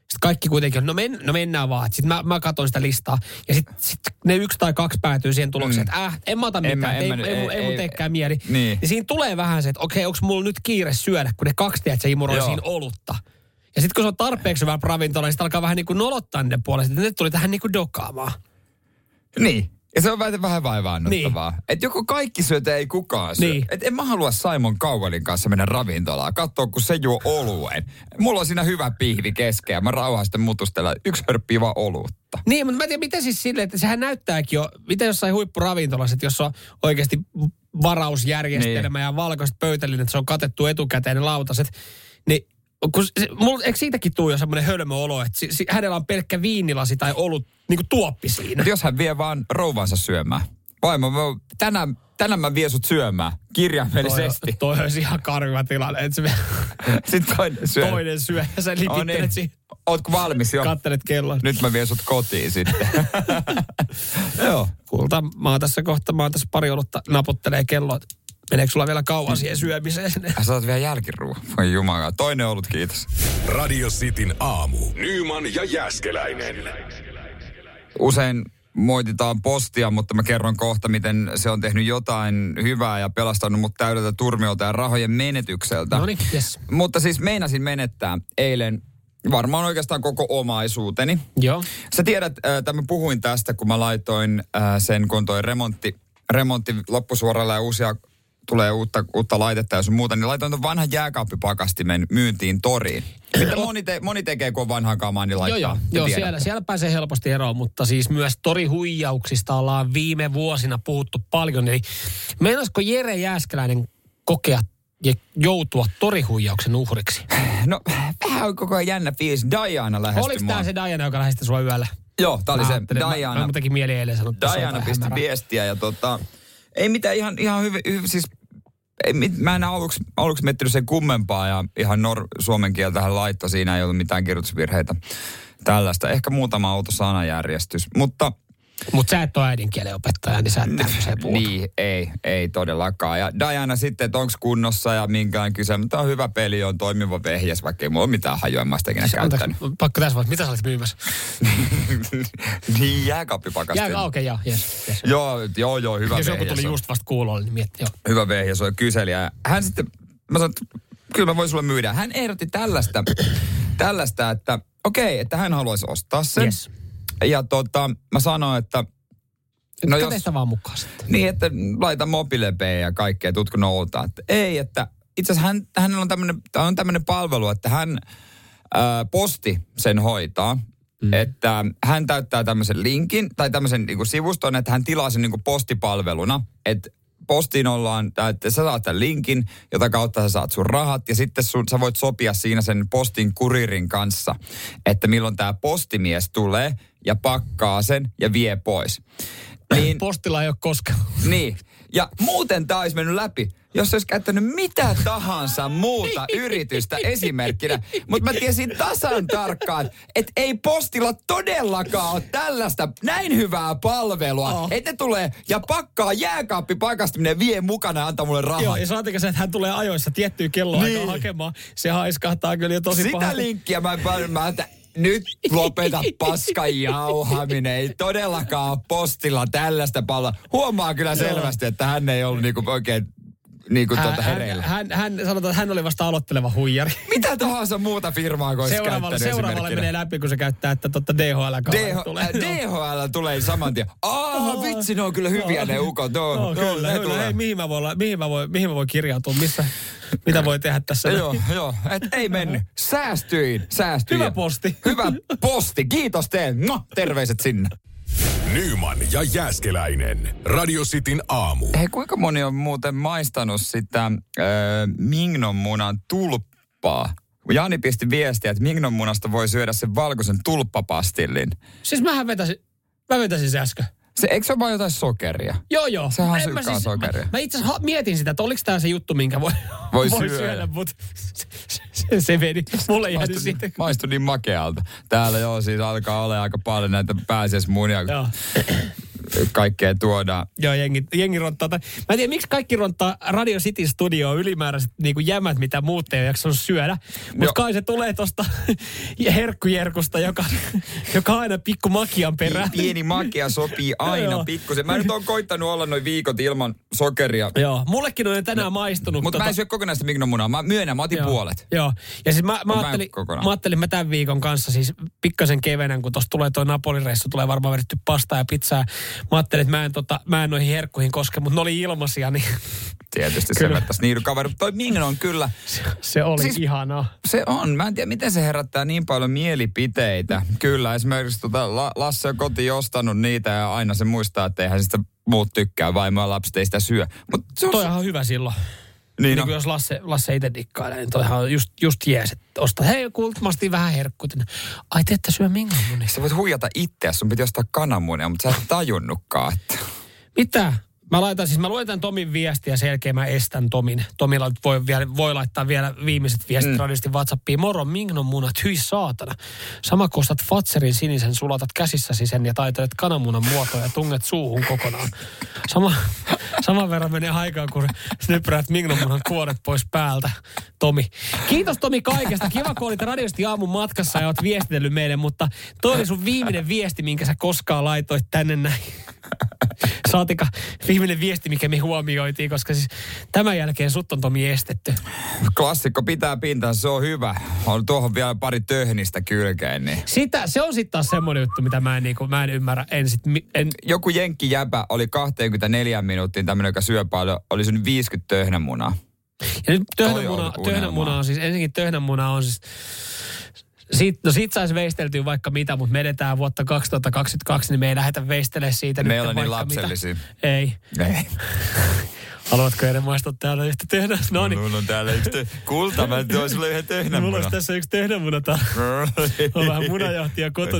Sitten kaikki kuitenkin on, no mennään vaan. Sitten mä katson sitä listaa. Ja sitten ne 1 tai 2 päätyy siihen tulokseen, että en mä ota mitään, ei mun teekään mieli. Niin. Ja siinä tulee vähän se, että okei, onko mulla nyt kiire syödä, kun ne 2 teet se imuroi siinä olutta. Ja sitten kun se on tarpeeksi hyvä ravintola, niin sitten alkaa vähän niin kuin nolottaa niiden puolesta, että ne tuli tähän niin kuin dokaamaan. Niin. Ja se on vähän vaivaannuttavaa. Niin. Että joko kaikki syötä, ei kukaan syö. Niin. Että en mä halua Simon Cowellin kanssa mennä ravintolaan. Katsoa, kun se juo oluen. Mulla on siinä hyvä pihvi keskeä. Mä rauhasti mutustella 1 hörppiä vaan olutta. Niin, mutta mä en tiedä, miten siis silleen, että sehän näyttääkin jo, miten jossain huippuravintolassa, että jos on oikeasti varausjärjestelmä ja valkoiset pöytäliin, että se on katettu etukäteen ne lautaset, niin eikö siitäkin tule jo semmoinen hölmö olo, että hänellä on pelkkä viinilasi tai olut niin kuin tuoppi siinä. Mutta jos hän vie vaan rouvansa syömään. Vaimo, tänään mä vien sut syömään kirjaimellisesti. Toi olisi ihan karmiva tilanne. Että se sitten toinen syö ja sä lipittelet siinä. Ootko valmis jo? Kattelet kellon. Nyt mä vien sut kotiin sitten. Joo. Kulta, mä oon tässä pari olutta naputtelee kelloa. Meneekö sulla vielä kauan siihen syömiseen? Sä oot vielä jälkiruoan. Voi jumala. Toinen ollut, kiitos. Radio Cityn aamu. Nyman ja Jääskeläinen. Usein moititaan postia, mutta mä kerron kohta, miten se on tehnyt jotain hyvää ja pelastanut mut täydeltä turmiolta ja rahojen menetykseltä. Noniin, yes. Mutta siis meinasin menettää eilen varmaan oikeastaan koko omaisuuteni. Joo. Sä tiedät, että mä puhuin tästä, kun mä laitoin sen, kun toi remontti loppusuoralla ja tulee uutta laitetta ja sun muuta, niin laitoin ton vanhan jääkaappipakastimen myyntiin toriin. Mitä moni tekee, kun on vanhaa kamaa, niin laittaa. Joo, siellä pääsee helposti eroon, mutta siis myös torihuijauksista ollaan viime vuosina puhuttu paljon. Eli meinaisiko Jere Jääskeläinen kokea ja joutua torihuijauksen uhriksi? No, vähän on koko ajan jännä fiilis. Diana lähestyi. Oliko tämä se Diana, joka lähestyi sua yöllä? Joo, tää oli se Diana. Mä muutenkin mieli eilen sanonut. Diana pisti viestiä ja ei mitään ihan hyvin, siis mä en aluksi miettinyt sen kummempaa ja ihan suomen kieltä hän laittoi. Siinä ei ollut mitään kirjoitusvirheitä tällaista. Ehkä muutama auto sanajärjestys, mutta sä et ole äidinkielen opettaja, niin sä et tämmöiseen puhuta. Niin, ei todellakaan. Ja Diana sitten, että onko kunnossa ja minkään kyse. Mutta on hyvä peli, on toimiva vehjes, vaikka ei mulla ole mitään hajua, en mä sitä ikinä käyttänyt. Pakko tässä vaiheessa, mitä sä olit myymässä? Niin, jääkaappipakastin. Okei, joo, yes. Joo, hyvä vehjes. Jos joku tuli just vasta kuulolle, niin mietti, joo. Hyvä vehjes on kyseli. Ja hän sitten, mä sanoin, että kyllä mä voin sulle myydä. Hän ehdotti tällaista, että okei, että hän haluaisi ostaa sen. Yes. Ja mä sanoin, että no jos vaan mukaan sitten. Niin, että laita mobiilepeen ja kaikkea, tutko noutaa. Että ei, että itse asiassa hänellä on tämmöinen palvelu, että hän posti sen hoitaa. Että hän täyttää tämmöisen linkin tai tämmöisen niin kuin sivuston, että hän tilaa sen niin kuin postipalveluna. Että postiin että sä saat tämän linkin, jota kautta sä saat sun rahat. Ja sitten sä voit sopia siinä sen postin kuririn kanssa, että milloin tämä postimies tulee ja pakkaa sen ja vie pois. Niin, postilla ei ole koskaan. Niin. Ja muuten tämä olisi mennyt läpi, jos olisi käyttänyt mitä tahansa muuta yritystä esimerkkinä. Mutta mä tiesin tasan tarkkaan, että ei postilla todellakaan ole tällaista näin hyvää palvelua. Että ne tulee ja pakkaa jääkaappipakastiminen ja vie mukana ja antaa mulle rahaa. Joo, ja saatiinko se, että hän tulee ajoissa tiettyyn kelloaikaan hakemaan. Se haiskahtaa kyllä jo tosi pahaa. Sitä linkkiä mä että nyt lopeta paskan jauhaminen. Ei todellakaan postilla tällaista palvelua. Huomaa kyllä selvästi, että hän ei ollut niinku oikein hereillä. Hän sanotaan, että hän oli vasta aloitteleva huijari. Mitä tahansa muuta firmaa, kun olisi käyttänyt seuraavalle menee läpi, kun se käyttää, että DHL tulee. DHL tulee saman tien. Vitsi, ne on kyllä hyviä ne ukot. Kyllä. Hei, mihin mä voin kirjautua? Mitä voi tehdä tässä? Joo. Ei mennyt. Säästyin. Hyvä posti. Hyvä posti. Kiitos teille. Terveiset sinne. Nyman ja Jääskeläinen. Radio Cityn aamu. Hei, kuinka moni on muuten maistanut sitä Mignon munan tulppaa? Jani pisti viestiä, että Mignon munasta voi syödä sen valkoisen tulppapastillin. Siis mä vetäsin se äsken. Eikö se ole vaan jotain sokeria? Joo. Sehän on sykkää sokeria. Mä itse asiassa mietin sitä, että oliko tämä se juttu, minkä voi syödä, mutta se meni. Mulle jäänyt siitä. Maistui niin makealta. Täällä siis alkaa olla aika paljon näitä pääsiäismunia. Joo. kaikkea tuodaan. Joo, jengi ronttaa. Mä en tiedä, miksi kaikki ronttaa Radio City Studioon ylimääräiset niinku jämät, mitä muut ei jaksanut syödä. Mutta kai se tulee tosta herkkujerkusta, joka on aina pikku makian perään. Pieni makia sopii aina pikkusen. Mä nyt oon koittanut olla noin viikot ilman sokeria. Joo, mullekin on tänään maistunut. Mutta mä en syö kokonaista mignomunaa. Mä myönnän, mä otin puolet. Joo, ja siis mä ajattelin mä tämän viikon kanssa siis pikkasen kevenän, kun tosta tulee toi Napoli-reissu, tulee varmaan vedetty pastaa ja pizzaa. Mä ajattelin, että mä en noihin herkkuihin koske, mutta ne oli ilmaisia, niin... Tietysti se vettäisi niiden kaveri. Toi mignon kyllä... Se oli siis, ihanaa. Se on. Mä en tiedä, miten se herättää niin paljon mielipiteitä. Kyllä, esimerkiksi Lasse on kotiin ostanut niitä ja aina se muistaa, että eihän sitä muut tykkää. Vaimo ja lapset ei sitä syö. Toihan on hyvä silloin. Niin kuin jos Lasse itse dikkailee, niin toihan on just jees, että ostaa. Hei, kultmasti vähän herkkuja. Ai, te ette syö mignomunia. Sä voit huijata itseä, sun piti ostaa kananmunia, mutta sä et tajunnutkaan, että... Mitä? Mä luen tämän Tomin viestiä ja sen jälkeen mä estän Tomin. Tomilla voi laittaa vielä viimeiset viestit radiosti WhatsAppiin. Moro, mignon munat, hyi saatana. Sama kun ostat Fatserin sinisen, sulatat käsissäsi sen ja taitelet kananmunan muotoa ja tunget suuhun kokonaan. Saman verran menee aikaa, kun nypräät mignon munan kuoret pois päältä. Tomi. Kiitos Tomi kaikesta. Kiva, kun olit radiosti aamun matkassa ja oot viestitellyt meille, mutta toi oli sun viimeinen viesti, minkä sä koskaan laitoit tänne näin. Saatika viimeinen viesti, mikä me huomioitiin, koska siis tämän jälkeen sut on Tomi estetty. Klassikko pitää pintansa, se on hyvä. On tuohon vielä pari töhnistä kylkeen. Niin. Se on sitten taas semmoinen juttu, mitä mä en ymmärrä. Joku jenkkijäpä oli 24 minuuttiin tämmöinen, joka syö paljon, oli sun 50 töhnämunaa. Ja nyt töhnämuna on siis, ensinnäkin töhnämuna on siis... Siitä saisi veisteltyä vaikka mitä, mutta me edetään vuotta 2022, niin me ei lähdetä veistelemään siitä me nyt vaikka niin lapsellisia. Mitä. Ei. Haluatko edes maistua täällä yhtä töhnä? No niin. Mulla on täällä yksi kulta, mä toin sulle yhden töhnämuna. Mulla olisi tässä yksi töhnämuna täällä. On vähän munajahtia kotona.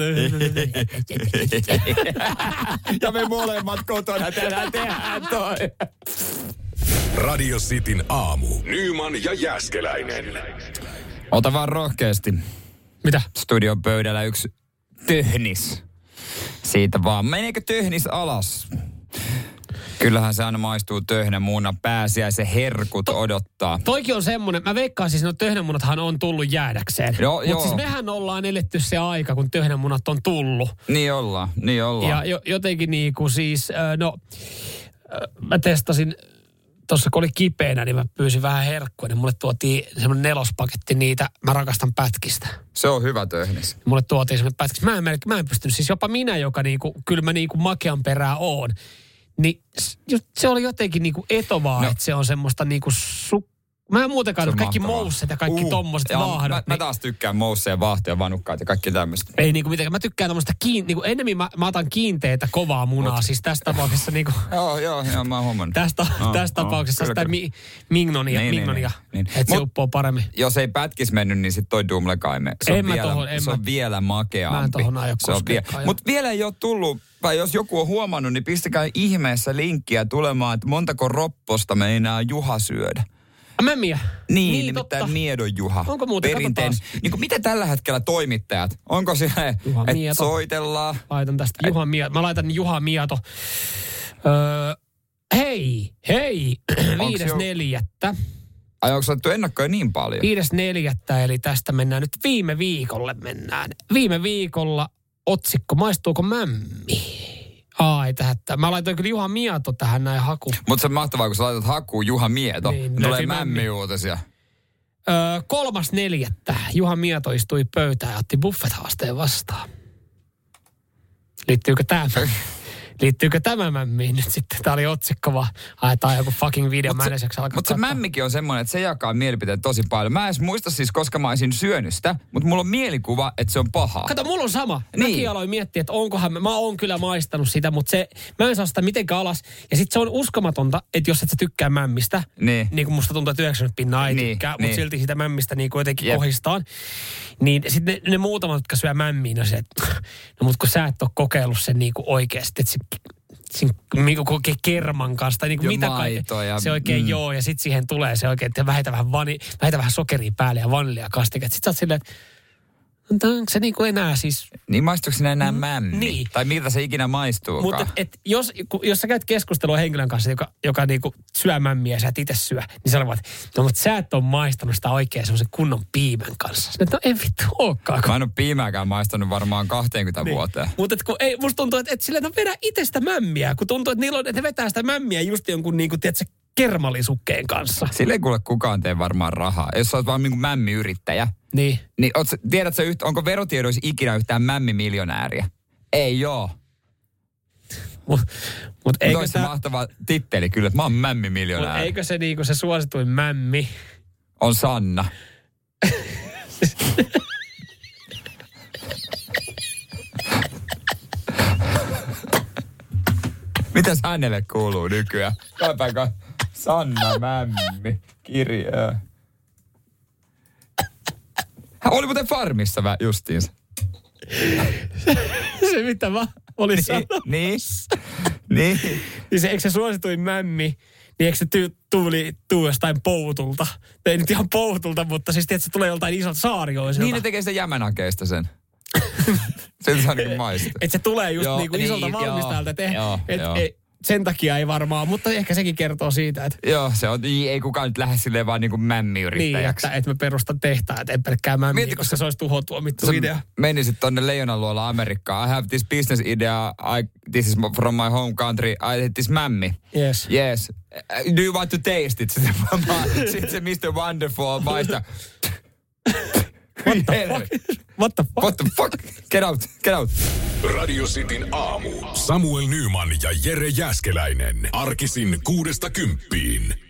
Ja me molemmat kotona täällä tehdään toi. Radio Cityn aamu. Nyman ja Jääskeläinen. Ota vaan rohkeasti. Mitä? Studion pöydällä yksi töhnis. Siitä vaan. Meneekö töhnis alas? Kyllähän se aina maistuu töhnämunan pääsiäisen herkut odottaa. Toikin on semmoinen, mä veikkaan siis, että töhnämunathan on tullut jäädäkseen. Mutta siis mehän ollaan eletty se aika, kun töhnämunat on tullut. Niin ollaan. Ja jotenkin niinku siis, mä testasin... Tuossa kun oli kipeänä, niin mä pyysin vähän herkkua, niin mulle tuotiin semmoinen 4 paketti niitä. Mä rakastan pätkistä. Se on hyvä töhnis. Mulle tuotiin semmoinen pätkistä. Mä en pystynyt, siis jopa minä, joka niinku, kyllä mä niinku makean perää oon. Niin se oli jotenkin niinku etovaa, että se on semmoista niinku mä en muutenkaan kaikki mousset ja kaikki tommoset vaahdot. Mä taas tykkään mousseja, vaahtoja, vanukkaat ja kaikki tämmöistä. Ei niinku mitenkään. Mä tykkään tommoista niinku ennemmin mä otan kiinteitä kovaa munaa. Siis tässä tapauksessa niinku... joo, mä oon huomannut. Tässä tapauksessa sitä mignonia. Niin. Että se uppoo paremmin. Jos ei pätkis mennyt, niin sit toi dumlekaime. Se on vielä makeampi. Mä en tohon aio koskekaan. Mutta vielä ei ole tullut... Tai jos joku on huomannut, niin pistäkää ihmeessä linkkiä tulemaan, että montako ropposta meinaa Juha syödä. Mämmiä. Niin nimittäin Miedon Juha. Onko muuten? Perinteen. Niin kuin miten tällä hetkellä toimittajat? Onko siellä, että soitellaan? Laitan tästä Juha Mieto. Mä laitan Juha Mieto. Hei. 5.4. Ai onko saattu ennakkoja niin paljon? 5.4. eli tästä mennään nyt viime viikolle mennään. Viime viikolla otsikko, maistuuko mämmi? Ai, mä laitoin kyllä Juha Mieto tähän näin haku. Mutta se on mahtavaa, kun sä laitat hakuun Juha Mieto. Niin, tulee mämmi-uutisia. 3.4. Juha Mieto istui pöytään ja otti buffet-haasteen vastaan. Liittyykö tämä mämmiin nyt sitten? Tämä oli otsikko vaan. Haetaan joku fucking video. Mutta se mämmikin on semmoinen, että se jakaa mielipiteet tosi paljon. Mä en edes muista siis, koska mä olisin syönyt sitä, mutta mulla on mielikuva, että se on pahaa. Kato, mulla on sama. Niin. Mäkin aloin miettiä, että mä oon kyllä maistanut sitä, mutta mä en saa sitä mitenkään alas. Ja sit se on uskomatonta, että jos et sä tykkää mämmistä, niin kuin musta tuntuu, että 90% ei tykkää, mutta silti sitä mämmistä niin kuin jotenkin kohistaan. Niin sitten ne muutamat, jotka syö mämmiin, on se, että no mutta kun sä et ole kokeillut sen niin kuin oikeasti, että siinä oikein kerman kanssa, tai niin kuin mitä se oikein ja sitten siihen tulee se oikein, että vähetä vähän sokeria päälle ja vaniljakastike. Sitten sä oot silleen, että Onko se niinku enää siis... Niin maistuuko sinä enää mämmi? Niin. Tai miltä se ikinä maistuukaan? Mutta jos sä käyt keskustelua henkilön kanssa, joka niinku syö mämmiä ja sä et itse syö, niin sä olevat, no mutta sä et ole maistanut sitä oikein semmoisen kunnon piimän kanssa. No en vittu olekaan. Mä en ole piimääkään maistanut varmaan 20 vuoteen. Mutta musta tuntuu, että sillä on vedä itse sitä mämmiä, kun tuntuu, että että ne vetää sitä mämmiä just jonkun niinku, tiedätkö, kermalisukkeen kanssa. Sille ei kuule kukaan tee varmaan rahaa. Jos sä oot vaan niinku mämmiyrittäjä. Niin tiedätkö, onko verotiedoissa ikinä yhtään mämmimiljonääriä? Ei joo. Mut eikö se mahtava titteli kyllä, että mä oon mämmimiljonääri. Mutta eikö se niinku se suosituin mämmi? On Sanna. Mitäs hänelle kuuluu nykyään? Kaipaanko Sanna mämmi kirjaa? Hän oli muuten farmissa justiinsa. Se mitä mä olin sanomassa. Niin. Niin se, eikö se suosituin mämmi, niin eikö se tuu jostain Poutulta? Ei nyt ihan Poutulta, mutta siis tiedät, se tulee joltain isolta saarioiselta. Niin ne tekee sitä jämänakeista sen. Sen saa niinku maistua. Että se tulee just niinku isolta valmistajalta, että sen takia ei varmaan, mutta ehkä sekin kertoo siitä, että... Joo, se on, ei kukaan nyt lähde silleen vaan niinku mämmiyrittäjäksi. Niin, että mä perustan tehtaan, että en pelkkää mämmiä, koska se olisi tuhotuomittu idea. Menisit tonne Leijonan luola Amerikkaan. I have this business idea, this is from my home country, I hate this mämmi. Yes. Do you want to taste it? Sitten se Mr. Wonderful maista. What the fuck? Get out. Radio Cityn aamu. Samuel Nyman ja Jere Jääskeläinen. Arkisin 6–10.